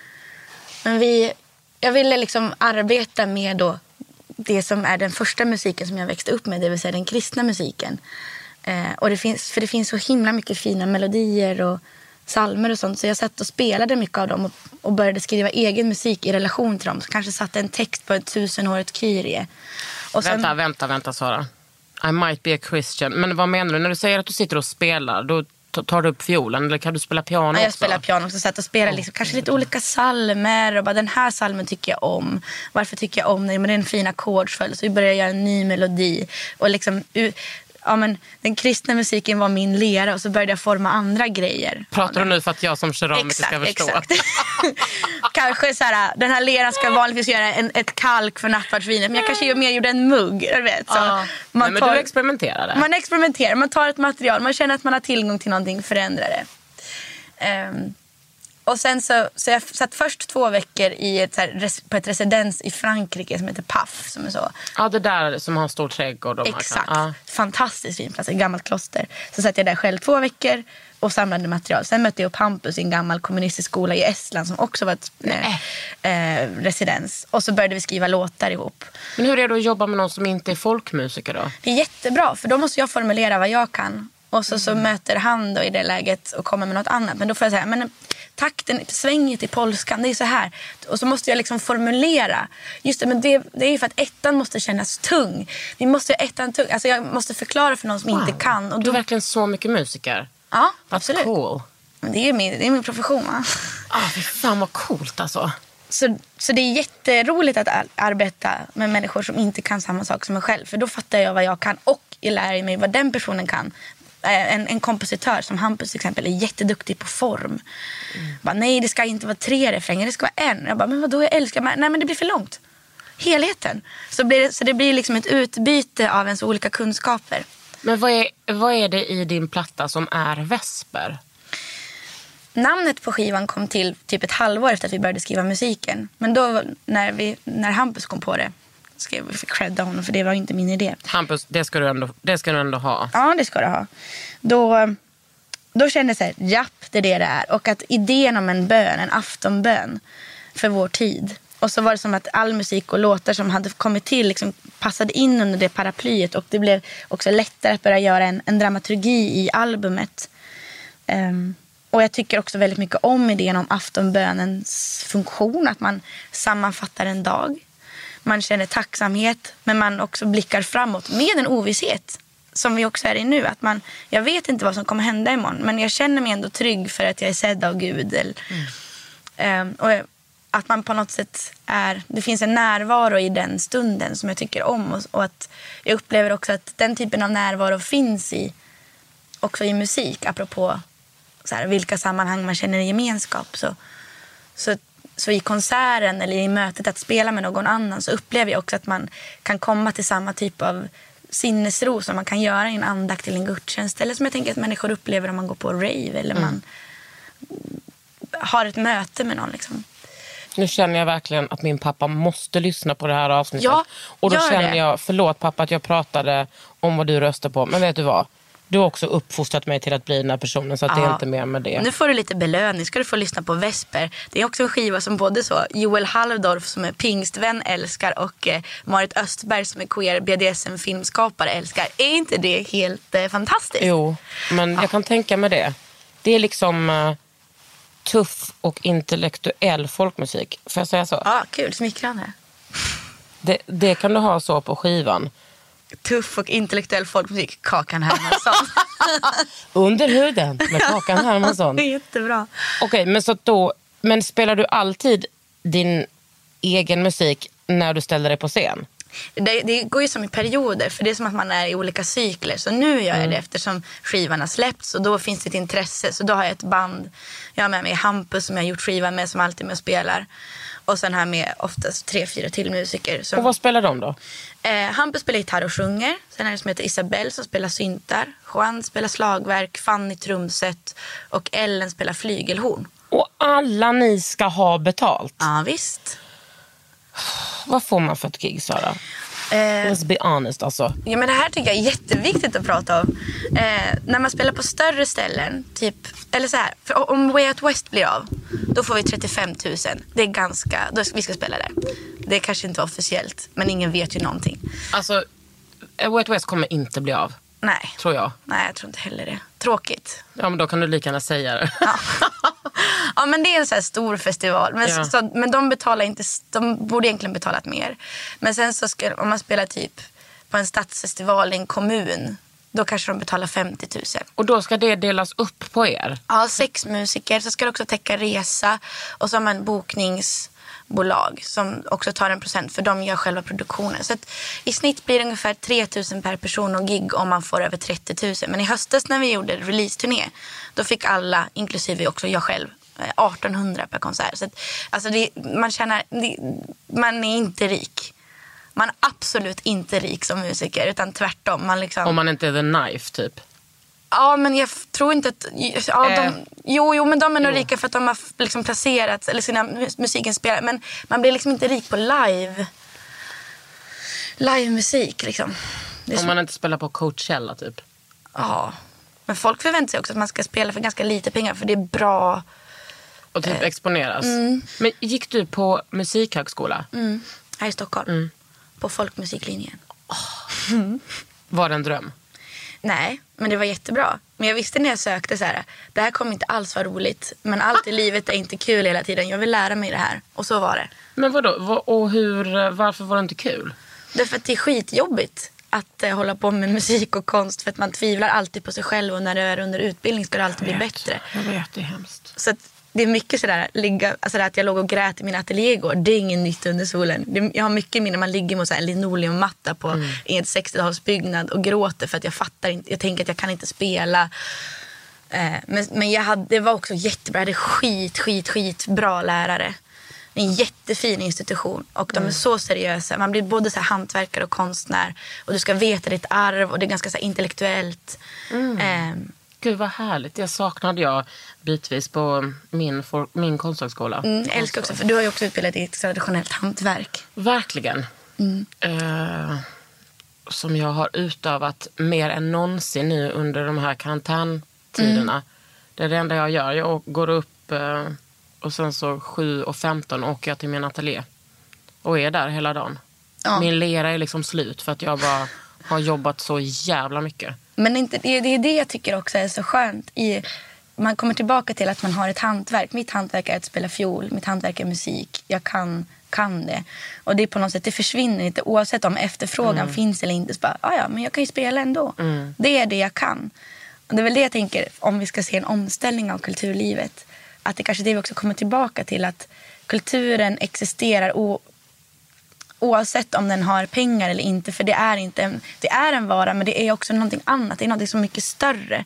Men jag ville liksom arbeta med då det som är den första musiken som jag växte upp med, det vill säga den kristna musiken. Och det finns så himla mycket fina melodier och psalmer och sånt, så jag satt och spelade mycket av dem och började skriva egen musik i relation till dem. Så kanske satte en text på 1000-årigt Kyrie. Och sen... Vänta Sara. I might be a Christian. Men vad menar du? När du säger att du sitter och spelar, då tar du upp fiolen eller kan du spela piano också? Jag spelar piano också, så satt och spelade liksom, kanske lite olika psalmer och bara, den här psalmen tycker jag om. Varför tycker jag om den? Men det är en fin ackordsföljd, så vi började göra en ny melodi och liksom den kristna musiken var min lera och så började jag forma andra grejer. Pratar du nu för att jag som keramiker ska förstå? Exakt. Kanske så här, den här leran ska vanligtvis göra ett kalk för nattvardsvinet, men jag kanske mer gjorde en mugg, du vet. Så men du experimenterade. Man experimenterar, man tar ett material, man känner att man har tillgång till någonting, förändrar det. Och sen så jag satt först 2 veckor på ett residens i Frankrike som heter Paf, som är så. Ja, det där som har en stor trädgård. Exakt, fantastiskt fin plats, ett gammalt kloster. Så satt jag där själv 2 veckor och samlade material. Sen mötte jag upp Hampus i en gammal kommunistisk skola i Estland som också var ett residens. Och så började vi skriva låtar ihop. Men hur är det att jobba med någon som inte är folkmusiker då? Det är jättebra, för då måste jag formulera vad jag kan. Och så möter han då i det läget och kommer med något annat. Men då får jag säga, men takten, svänget i polskan, det är så här. Och så måste jag liksom formulera. Just det, men det är ju för att ettan måste kännas tung. Vi måste göra ettan tung. Alltså jag måste förklara för någon som inte kan. Och då... Du är verkligen så mycket musiker. Ja, That's absolut. Cool. Men det är min profession, va? Fy fan vad coolt alltså. Så det är jätteroligt att arbeta med människor som inte kan samma sak som mig själv. För då fattar jag vad jag kan och jag lär mig vad den personen kan. En kompositör som Hampus till exempel är jätteduktig på form. Bara, nej, det ska inte vara 3 refränger, det ska vara 1. Jag bara, men vadå, jag älskar. Nej, men det blir för långt. Helheten. Så det blir liksom ett utbyte av ens olika kunskaper. Men vad är det i din platta som är Vesper? Namnet på skivan kom till typ ett halvår efter att vi började skriva musiken. Men då när Hampus kom på det, ska vi credda honom, för det var inte min idé. Hampus, det ska du ändå ha. Ja, det ska du ha. Då kände jag så här, japp, det är. Och att idén om en aftonbön för vår tid. Och så var det som att all musik och låtar som hade kommit till liksom passade in under det paraplyet. Och det blev också lättare att börja göra en dramaturgi i albumet. Och jag tycker också väldigt mycket om idén om aftonbönens funktion. Att man sammanfattar en dag. Man känner tacksamhet, men man också blickar framåt med en ovisshet. Som vi också är i nu. Att jag vet inte vad som kommer hända imorgon. Men jag känner mig ändå trygg för att jag är sedd av Gud. Och att man på något sätt det finns en närvaro i den stunden som jag tycker om. Och att jag upplever också att den typen av närvaro finns också i musik. Apropå så här, vilka sammanhang man känner i gemenskap. Så i konserten eller i mötet att spela med någon annan så upplever jag också att man kan komma till samma typ av sinnesro som man kan göra i en andakt till en gudstjänst. Eller som jag tänker att människor upplever om man går på rave eller man har ett möte med någon liksom. Nu känner jag verkligen att min pappa måste lyssna på det här avsnittet. Ja, och då känner jag, förlåt pappa att jag pratade om vad du röstar på. Men vet du vad? Du har också uppfostrat mig till att bli den här personen, så att det är inte mer med det. Nu får du lite belöning, ska du få lyssna på Vesper. Det är också en skiva som både så Joel Halldorf som är pingstvän älskar och Marit Östberg som är queer BDSM-filmskapare älskar. Är inte det helt fantastiskt? Jo, men jag kan tänka mig det. Det är liksom tuff och intellektuell folkmusik. Får jag säga så? Ja, kul, smickrande. Det kan du ha så på skivan. Tuff och intellektuell folkmusik, Kakan Hermansson. Under huden med Kakan Hermansson. Det är jättebra. Okej, men spelar du alltid din egen musik när du ställer dig på scen? Det går ju som i perioder, för det är som att man är i olika cykler. Så nu gör jag det eftersom skivan har släppts och då finns det ett intresse. Så då har jag ett band, jag har med mig Hampus som jag har gjort skivan med, som alltid med och spelar. Och sen har jag med oftast 3-4 till musiker. Och vad spelar de då? Hampus spelar gitarr och sjunger. Sen är det som heter Isabelle som spelar syntar. Juan spelar slagverk, Fanny trumset och Ellen spelar flygelhorn. Och alla ni ska ha betalt? Ja, visst. Vad får man för ett gig, Sara? Let's be honest alltså. Ja, men det här tycker jag är jätteviktigt att prata om. När man spelar på större ställen, typ, eller så här, för om Way Out West blir av, då får vi 35 000. Det är ganska, vi ska spela där. Det är kanske inte officiellt, men ingen vet ju någonting. Alltså, Way Out West kommer inte bli av. Nej. Tror jag. Nej, jag tror inte heller det. Tråkigt. Ja, men då kan du lika gärna säga det. Ja. Ja, men det är en så här stor festival. Men, men de betalar inte, de borde egentligen betalat mer. Men sen så om man spelar typ på en stadsfestival i en kommun, då kanske de betalar 50 000. Och då ska det delas upp på er? Ja, 6 musiker. Så ska det också täcka resa. Och så har man bolag som också tar 1%, för de gör själva produktionen. Så att i snitt blir det ungefär 3 000 per person och gig om man får över 30 000. Men i höstas när vi gjorde release-turné, då fick alla, inklusive också jag själv, 1800 per konsert. Så att, alltså man är inte rik. Man är absolut inte rik som musiker, utan tvärtom. Man liksom... Om man inte är The Knife typ. Ja, men jag tror inte att... Ja, men de är nog rika för att de har liksom placerats, eller sina musikinspelare. Men man blir liksom inte rik på live-musik liksom. Om man inte spelar på Coachella typ. Ja, men folk förväntar sig också att man ska spela för ganska lite pengar, för det är bra. Och typ exponeras. Men gick du på musikhögskola? Här i Stockholm. På folkmusiklinjen. Var det en dröm? Nej, men det var jättebra. Men jag visste när jag sökte så här, det här kommer inte alls vara roligt. Men allt i livet är inte kul hela tiden. Jag vill lära mig det här. Och så var det. Men vadå? Varför var det inte kul? Därför att det är skitjobbigt att hålla på med musik och konst. För att man tvivlar alltid på sig själv. Och när du är under utbildning ska det alltid bli bättre. Jag vet, det är hemskt. Så att det är mycket sådär, att jag låg och grät i min ateljé igår. Det är ingen nytt under solen. Jag har mycket minne, man ligger mot en linoleummatta på i ett 60-talsbyggnad och gråter för att jag fattar inte. Jag tänker att jag kan inte spela. Men det var också jättebra. Det är skitbra lärare. En jättefin institution. Och de är så seriösa. Man blir både så här hantverkare och konstnär. Och du ska veta ditt arv. Och det är ganska så här intellektuellt. Gud vad härligt. Det saknade jag bitvis på min konsthögskola. Jag älskar också, för du har ju också utbildat i ett traditionellt hantverk. Verkligen. Som jag har utövat mer än någonsin nu under de här karantäntiderna. Det är det enda jag gör. Jag går upp och sen så 7:15 åker jag till min ateljé. Och är där hela dagen. Ja. Min lera är liksom slut för att jag bara har jobbat så jävla mycket. Men det är det jag tycker också är så skönt. Man kommer tillbaka till att man har ett hantverk. Mitt hantverk är att spela fiol. Mitt hantverk är musik. Jag kan det. Och det är på något sätt, det försvinner inte. Oavsett om efterfrågan finns eller inte. Så bara, men jag kan ju spela ändå. Det är det jag kan. Och det är väl det jag tänker, om vi ska se en omställning av kulturlivet. Att det kanske det vi också kommer tillbaka till. Att kulturen existerar oavsett om den har pengar eller inte. För det är en vara, men det är också någonting annat. Det är något så mycket större.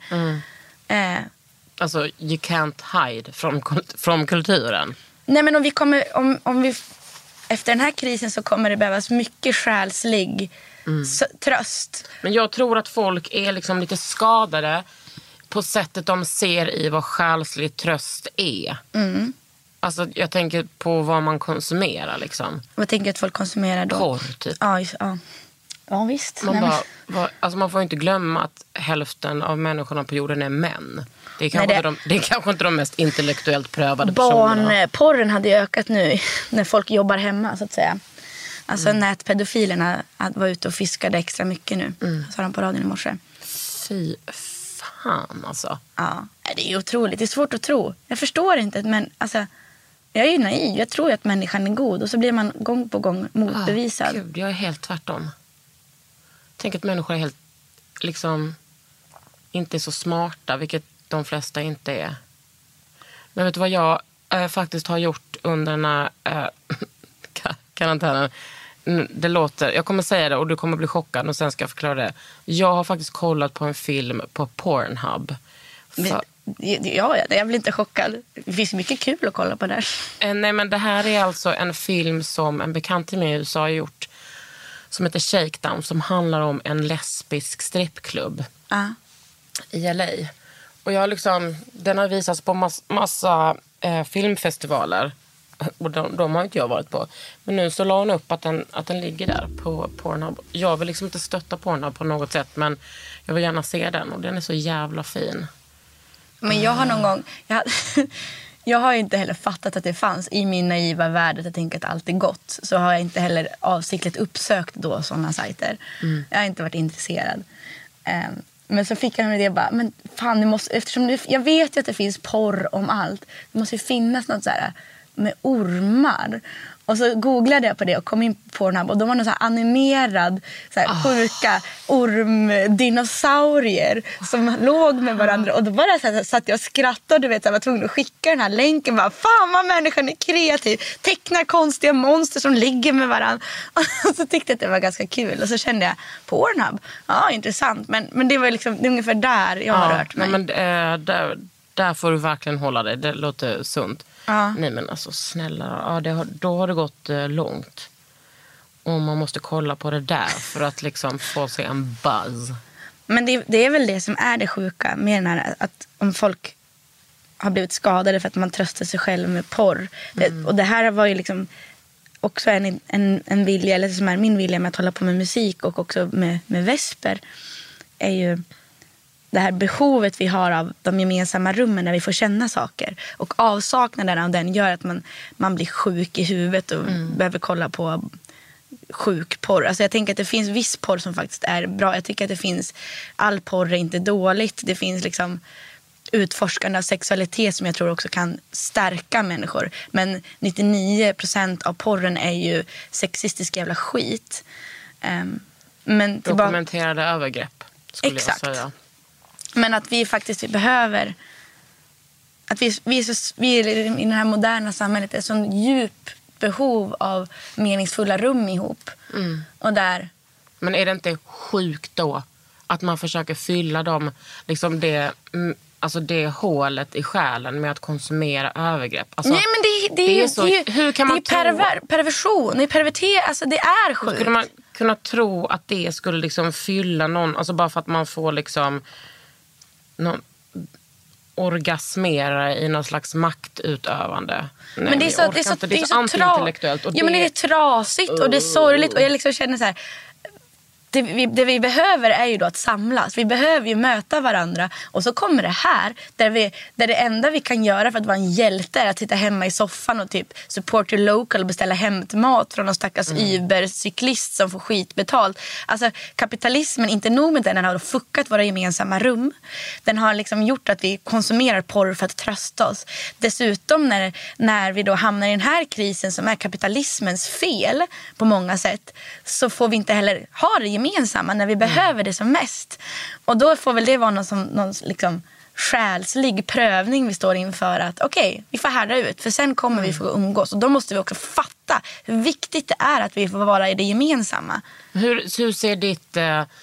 Alltså, you can't hide från kulturen. Nej, men om vi efter den här krisen så kommer det behövas mycket själslig tröst. Men jag tror att folk är liksom lite skadade på sättet de ser i vad själslig tröst är. Alltså, jag tänker på vad man konsumerar liksom. Vad tänker du att folk konsumerar då? Porr, typ. Ja, visst. Man får inte glömma att hälften av människorna på jorden är män. Det är kanske inte de mest intellektuellt prövade personerna. Porren hade ökat nu när folk jobbar hemma, så att säga. Alltså nätpedofilerna var ute och fiskade extra mycket nu. Sa de på radion i morse. Fy fan alltså. Ja, det är otroligt. Det är svårt att tro. Jag förstår inte, men alltså, jag är ju naiv. Jag tror ju att människan är god. Och så blir man gång på gång motbevisad. Gud, jag är helt tvärtom. Tänk att människor är helt liksom inte är så smarta, vilket de flesta inte är. Men vet du vad jag faktiskt har gjort under den här karantänen? Det låter, jag kommer säga det och du kommer bli chockad och sen ska jag förklara det. Jag har faktiskt kollat på en film på Pornhub. Jag blir inte chockad. Det finns mycket kul att kolla på där. Nej, men det här är alltså en film som en bekant till mig i USA har gjort. Som heter Shakedown, som handlar om en lesbisk strippklubb i LA. Och den har visats på massa filmfestivaler. Och de har inte jag varit på. Men nu så la hon upp att den ligger där på Pornhub. Jag vill liksom inte stötta Pornhub på något sätt, men jag vill gärna se den. Och den är så jävla fin. Men jag har någon gång... Jag har ju inte heller fattat att det fanns i min naiva värld att jag tänker att allt är gott. Så har jag inte heller avsiktligt uppsökt då sådana sajter. Jag har inte varit intresserad. Men så fick jag en idé bara, men fan, det måste, jag vet ju att det finns porr om allt. Det måste ju finnas något så här med ormar Och så googlade jag på det och kom in på Pornhub. Och de var någon så här animerad, så här sjuka ormdinosaurier som låg med varandra. Och då bara så här, satt jag och skrattade och du vet, jag var tvungen att skicka den här länken. Bara, fan vad människan är kreativ. Tecknar konstiga monster som ligger med varandra. Och så tyckte jag att det var ganska kul. Och så kände jag, Pornhub, ja intressant. Men det var liksom, det är ungefär där jag har rört mig. Men där får du verkligen hålla dig. Det låter sunt. Ja. Nej men alltså snälla, då har det gått långt. Och man måste kolla på det där för att liksom få sig en buzz. Men det är väl det som är det sjuka med den här, att om folk har blivit skadade för att man tröstar sig själv med porr. Och det här var ju liksom också en vilja, eller som är min vilja med att hålla på med musik och också med Vesper, är ju det här behovet vi har av de gemensamma rummen där vi får känna saker. Och avsaknaden av den gör att man blir sjuk i huvudet och behöver kolla på sjuk porr. Alltså jag tänker att det finns viss porr som faktiskt är bra. Jag tycker att det finns, all porr är inte dåligt. Det finns liksom utforskande av sexualitet som jag tror också kan stärka människor. Men 99% av porren är ju sexistisk jävla skit. Men dokumenterade övergrepp skulle exakt. Jag säga. Men att vi faktiskt behöver, att vi i det här moderna samhället är ett sån djup behov av meningsfulla rum ihop. Och där. Men är det inte sjukt då att man försöker fylla dem, liksom det hålet i själen med att konsumera övergrepp? Alltså, nej men det är så, hur kan man perversion, det är pervertet, alltså det är sjukt. Skulle man kunna tro att det skulle liksom fylla någon, alltså bara för att man får liksom orgasmera i någon slags maktutövande. Nej, men det är så antiintellektuellt. Ja, men det är trasigt och det är sorgligt. Och jag liksom känner så här, det vi behöver är ju då att samlas. Vi behöver ju möta varandra. Och så kommer det här där det enda vi kan göra för att vara en hjälte är att sitta hemma i soffan och typ support your local och beställa hämtmat från någon stackars Uber-cyklist som får skitbetalt. Alltså kapitalismen, inte nog med den har fuckat våra gemensamma rum. Den har liksom gjort att vi konsumerar porr för att trösta oss. Dessutom när vi då hamnar i den här krisen som är kapitalismens fel på många sätt, så får vi inte heller ha det gemensamma när vi behöver det som mest. Och då får väl det vara någon liksom själslig prövning vi står inför, att okej, vi får härda ut, för sen kommer vi få umgås. Och då måste vi också fatta hur viktigt det är att vi får vara i det gemensamma. Hur ser ditt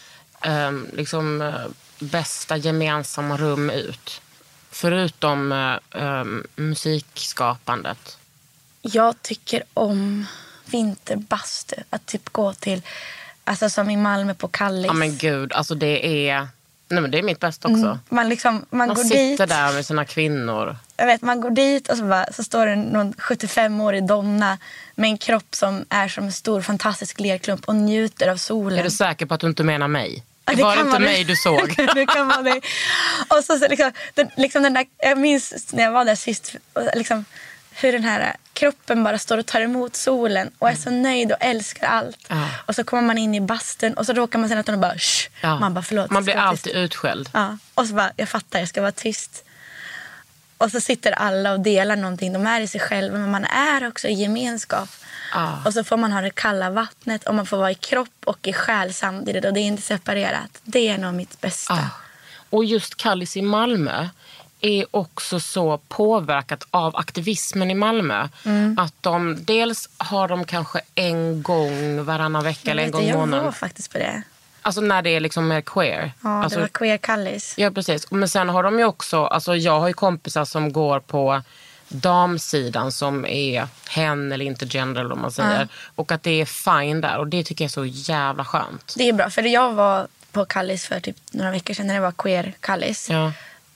bästa gemensamma rum ut? Förutom musikskapandet. Jag tycker om vinterbastu. Att typ gå till, alltså som i Malmö på Kallis. Ja men gud, alltså det är mitt bästa också. Man går sitter dit där med sina kvinnor. Jag vet, man går dit och så står det någon 75-årig donna med en kropp som är som en stor fantastisk lerklump och njuter av solen. Är du säker på att du inte menar mig? Det var inte mig du såg. Det kan vara dig. Och så liksom den där, jag minns när jag var där sist, liksom hur den här kroppen bara står och tar emot solen och är så nöjd och älskar allt. Ja. Och så kommer man in i basten och så råkar man sen att hon bara shh. Ja. Man bara förlåt. Man blir alltid utskälld. Ja. Och så bara, jag fattar, jag ska vara tyst. Och så sitter alla och delar någonting. De är i sig själva, men man är också i gemenskap. Och så får man ha det kalla vattnet och man får vara i kropp och i själ samtidigt. Och det är inte separerat. Det är nog mitt bästa. Och just Kallis i Malmö är också så påverkat av aktivismen i Malmö. Att dels har de kanske en gång varannan vecka eller en gång i månaden. Jag var faktiskt på det. Alltså när det är liksom mer queer. Ja, alltså, det var queer Kallis. Ja, precis. Men sen har de ju också, alltså jag har ju kompisar som går på damsidan som är hen eller intergender eller om man säger. Och att det är fine där och det tycker jag är så jävla skönt. Det är bra, för jag var på Kallis för typ några veckor sedan när det var queer Kallis. Ja.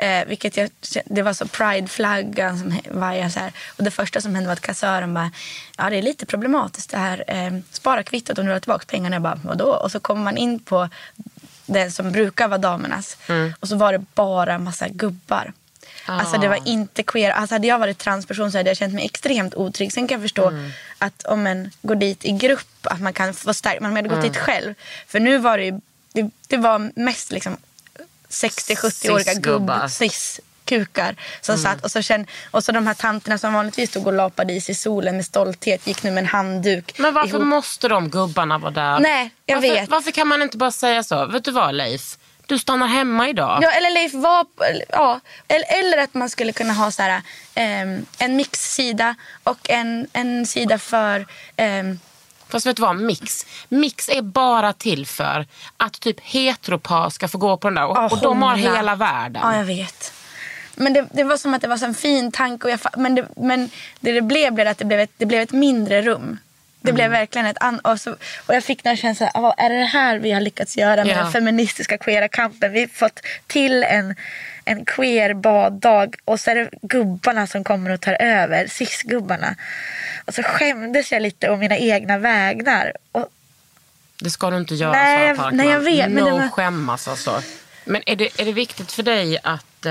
Det var så Pride-flaggan som var så här. Och det första som hände var att kassören bara, ja det är lite problematiskt det här, spara kvittot om du har tillbaka pengarna. Jag bara, vadå? Och så kommer man in på den som brukar vara damernas. Och så var det bara massa gubbar. Alltså det var inte queer. Alltså hade jag varit transperson så hade jag känt mig extremt otrygg. Sen kan jag förstå att om man går dit i grupp att man kan få stärkt. Man hade gått dit själv. För nu var det var mest liksom 60-70-åriga cis kukar som satt. Och så de här tanterna som vanligtvis stod och lapade i sig i solen med stolthet gick nu med en handduk. Men varför måste de gubbarna vara där? Nej, jag vet. Varför kan man inte bara säga så? Vet du vad, Leif? Du stannar hemma idag. Ja, eller Leif var... Ja. Eller att man skulle kunna ha så här, en mixsida och en sida för... Fast vet du vad, mix är bara till för att typ heteropar ska få gå på den där. Och de har hela världen. Ja, jag vet. Men det var som att det var så en fin tanke. Men det blev att det blev ett mindre rum. Det blev verkligen ett och jag fick den här känslan, är det här vi har lyckats göra med den feministiska queera kampen? Vi har fått till en queer baddag och så är det gubbarna som kommer och tar över, cis-gubbarna. Och så skämdes jag lite om mina egna vägnar. Och det ska du inte göra, nej, jag vet. Men skämmas alltså. Men är det viktigt för dig att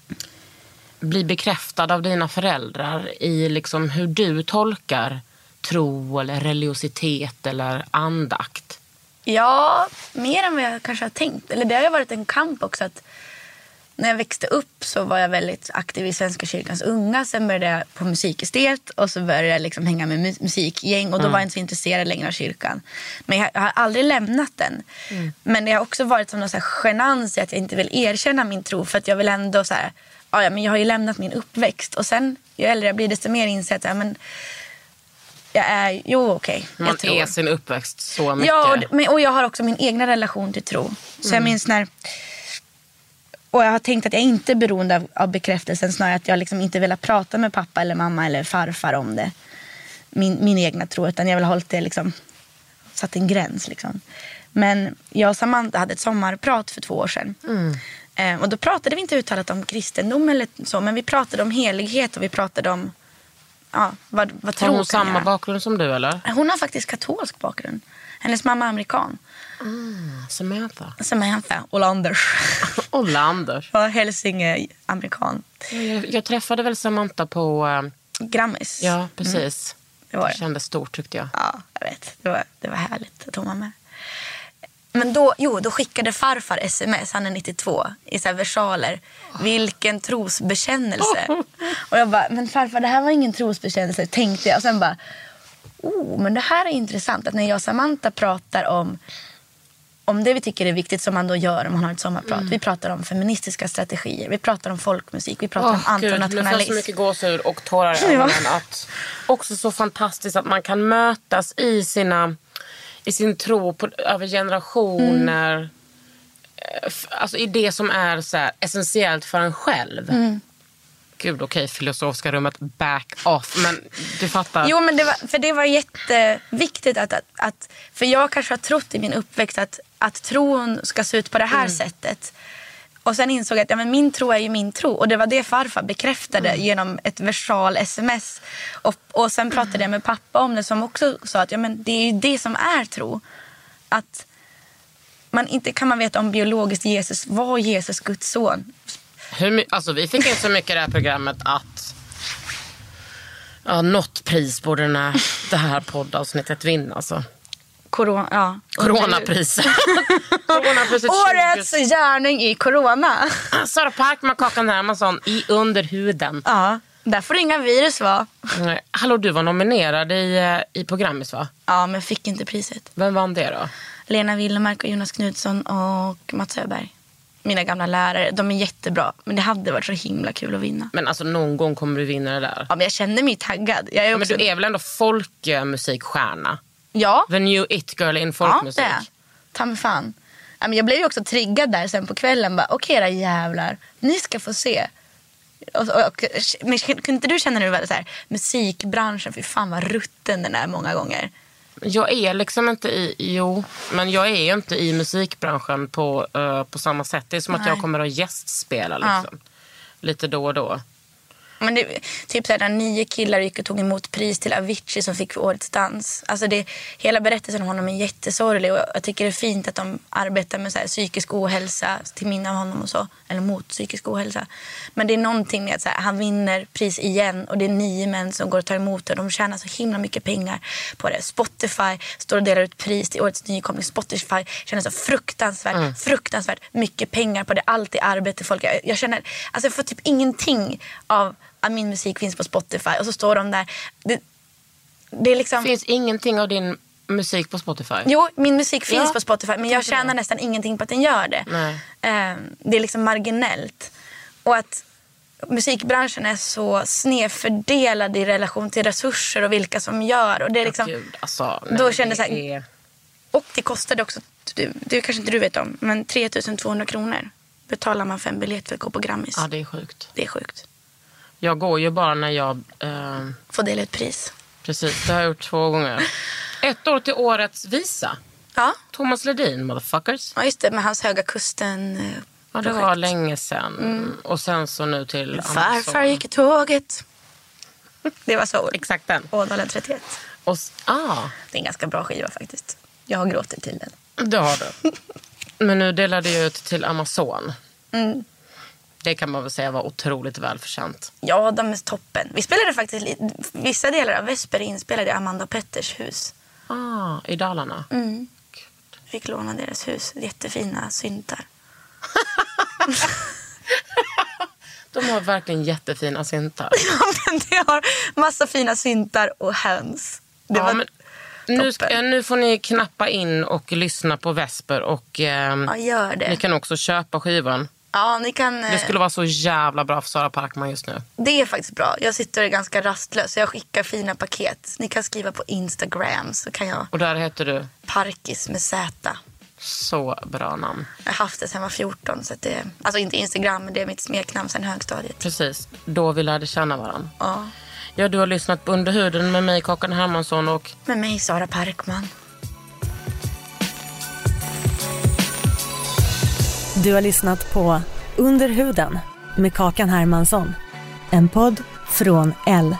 bli bekräftad av dina föräldrar i liksom hur du tolkar tro eller religiositet eller andakt? Ja, mer än vad jag kanske har tänkt. Eller det har ju varit en kamp också. Att när jag växte upp så var jag väldigt aktiv i Svenska kyrkans unga. Sen började jag på musikestet och så började jag liksom hänga med musikgäng. Och då var jag inte så intresserad längre av kyrkan. Men jag har aldrig lämnat den. Men det har också varit som någon så här genans att jag inte vill erkänna min tro. För att jag vill ändå så här, men jag har ju lämnat min uppväxt. Och sen, ju äldre jag blir desto mer insett att jag är, okej. Man är sin uppväxt så mycket. Ja, och jag har också min egna relation till tro. Så jag minns när... Och jag har tänkt att jag inte är beroende av bekräftelsen. Snarare att jag liksom inte vill prata med pappa eller mamma eller farfar om det. Min egna tro. Utan jag vill ha hållit det liksom... Satt en gräns liksom. Men jag och Samantha hade ett sommarprat för 2 år sedan. Och då pratade vi inte uttalat om kristendom eller så. Men vi pratade om helighet och vi pratade om... Ja, vad tror har hon samma bakgrund som du eller? Hon har faktiskt katolsk bakgrund. Hennes mamma är amerikan. Samantha Olanders. Olanders. Och Hälsinge amerikan. Jag träffade väl Samantha på Grammis. Ja, precis. Det kändes stort tyckte jag. Ja, jag vet. Det var härligt att hon var med. Men då skickade farfar sms, han är 92, i så här versaler. Vilken trosbekännelse. Och jag bara, men farfar, det här var ingen trosbekännelse, tänkte jag. Och sen bara, men det här är intressant. Att när jag och Samantha pratar om det vi tycker är viktigt, som man då gör om man har ett sommarprat. Vi pratar om feministiska strategier, vi pratar om folkmusik, vi pratar om antinationalism. Nu får så mycket gåshud och tårar i ögonen. Att också så fantastiskt att man kan mötas i sin tro över generationer. Alltså i det som är så här essentiellt för en själv. Gud, okej, filosofiska rummet, back off. Men du fattar. Jo, men det var jätteviktigt att för jag kanske har trott i min uppväxt att tron ska se ut på det här sättet. Och sen insåg jag att min tro är ju min tro. Och det var det farfar bekräftade genom ett versal sms. Och sen pratade jag med pappa om det, som också sa att det är ju det som är tro. Att man inte kan man veta om biologiskt Jesus var Jesus Guds son. Alltså vi fick inte så mycket i det här programmet att något pris borde det här poddavsnittet vinna. Alltså. Coronapris. Årets gärning i corona. Sara Parkman, Kakan Hermansson i Under huden. Ja, där får inga virus va? Hallå, du var nominerad i programmet va? Ja, men fick inte priset. Vem vann det då? Lena Willemark och Jonas Knutsson och Mats Öberg. Mina gamla lärare, de är jättebra. Men det hade varit så himla kul att vinna. Men alltså någon gång kommer du vinna det där. Ja, men jag kände mig taggad. Men du är väl ändå folkmusikstjärna? Ja. The new it girl in folkmusik. Ja, det är. Ta mig fan. Jag blev ju också triggad där sen på kvällen. Okej då jävlar, ni ska få se. Men kunde inte du känna när du var så här, musikbranschen, för fan vad rutten den är många gånger? Jag är liksom inte men jag är inte i musikbranschen på samma sätt. Det är som att jag kommer att gästspela liksom. Lite då och då. Men det, typ såhär, 9 killar gick och tog emot pris till Avicii som fick årets dans. Alltså hela berättelsen om honom är jättesorglig. Och jag tycker det är fint att de arbetar med så här psykisk ohälsa till minne av honom och så. Eller mot psykisk ohälsa. Men det är någonting med att så här, han vinner pris igen. Och det är 9 män som går och tar emot det. De tjänar så himla mycket pengar på det. Spotify står och delar ut pris till årets nykomling. Spotify tjänar så fruktansvärt mycket pengar på det. Allt i arbete folk. Jag känner, alltså jag får typ ingenting av att min musik finns på Spotify. Och så står de där. Det är liksom... Finns ingenting av din musik på Spotify? Jo, min musik finns på Spotify. Men jag tjänar nästan ingenting på att den gör det. Det är liksom marginellt. Och att musikbranschen är så snedfördelad i relation till resurser och vilka som gör. Och det är liksom... Gud, alltså, nej, då kände jag så här... Och det kostade också, det kanske inte du vet om, men 3 200 kronor betalar man för en biljett för att gå på Grammis. Ja, det är sjukt. Det är sjukt. Jag går ju bara när jag... får dela ut pris. Precis, det har jag gjort 2 gånger. 1 år till årets visa. Ja. Thomas Ledin, motherfuckers. Ja, just det, med hans Höga Kusten Ja, det var länge sedan. Och sen så nu till Amazon. Farfar gick i tåget. Det var så. Exakt den. Ådalen 31. Och, Det är en ganska bra skiva faktiskt. Jag har gråtit till den. det har du. Men nu delade jag ut till Amazon. Det kan man väl säga var otroligt välförtjänt. Ja, de är toppen. Vi spelade faktiskt vissa delar av Vesper inspelade i Amanda Petters hus. I Dalarna. Fick låna deras hus. Jättefina syntar. De har verkligen jättefina syntar. Ja, men det har massa fina syntar och höns. Det var men nu får ni knappa in och lyssna på Vesper. Och gör det. Ni kan också köpa skivan. Ja, ni kan... Det skulle vara så jävla bra för Sara Parkman just nu. Det är faktiskt bra. Jag sitter och är ganska rastlös. Jag skickar fina paket. Ni kan skriva på Instagram så kan jag... Och där heter du? Parkis med Z. Så bra namn. Jag har haft det sedan jag var 14. Så att det, alltså inte Instagram, men det är mitt smeknamn sedan högstadiet. Precis. Då vi lärde känna varandra. Ja. Ja, du har lyssnat på Under huden med mig, Kakan Hermansson och... Med mig, Sara Parkman. Du har lyssnat på Under huden med Kakan Hermansson. En podd från L.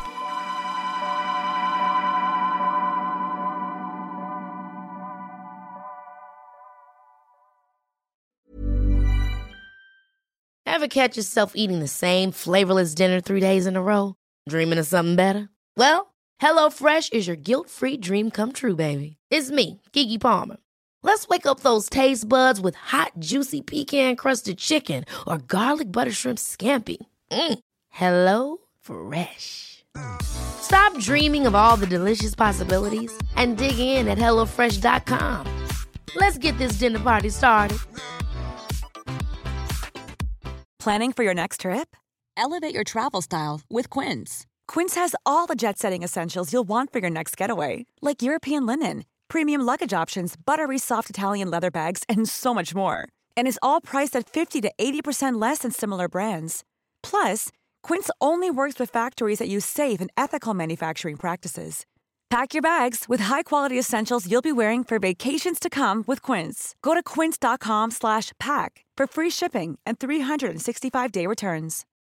Ever catch yourself eating the same flavorless dinner 3 days in a row? Dreaming of something better? Well, HelloFresh is your guilt-free dream come true, baby. It's me, Keke Palmer. Let's wake up those taste buds with hot, juicy pecan-crusted chicken or garlic butter shrimp scampi. Hello Fresh. Stop dreaming of all the delicious possibilities and dig in at HelloFresh.com. Let's get this dinner party started. Planning for your next trip? Elevate your travel style with Quince. Quince has all the jet-setting essentials you'll want for your next getaway, like European linen, premium luggage options, buttery soft Italian leather bags, and so much more. And is all priced at 50 to 80% less than similar brands. Plus, Quince only works with factories that use safe and ethical manufacturing practices. Pack your bags with high-quality essentials you'll be wearing for vacations to come with Quince. Go to quince.com/pack for free shipping and 365-day returns.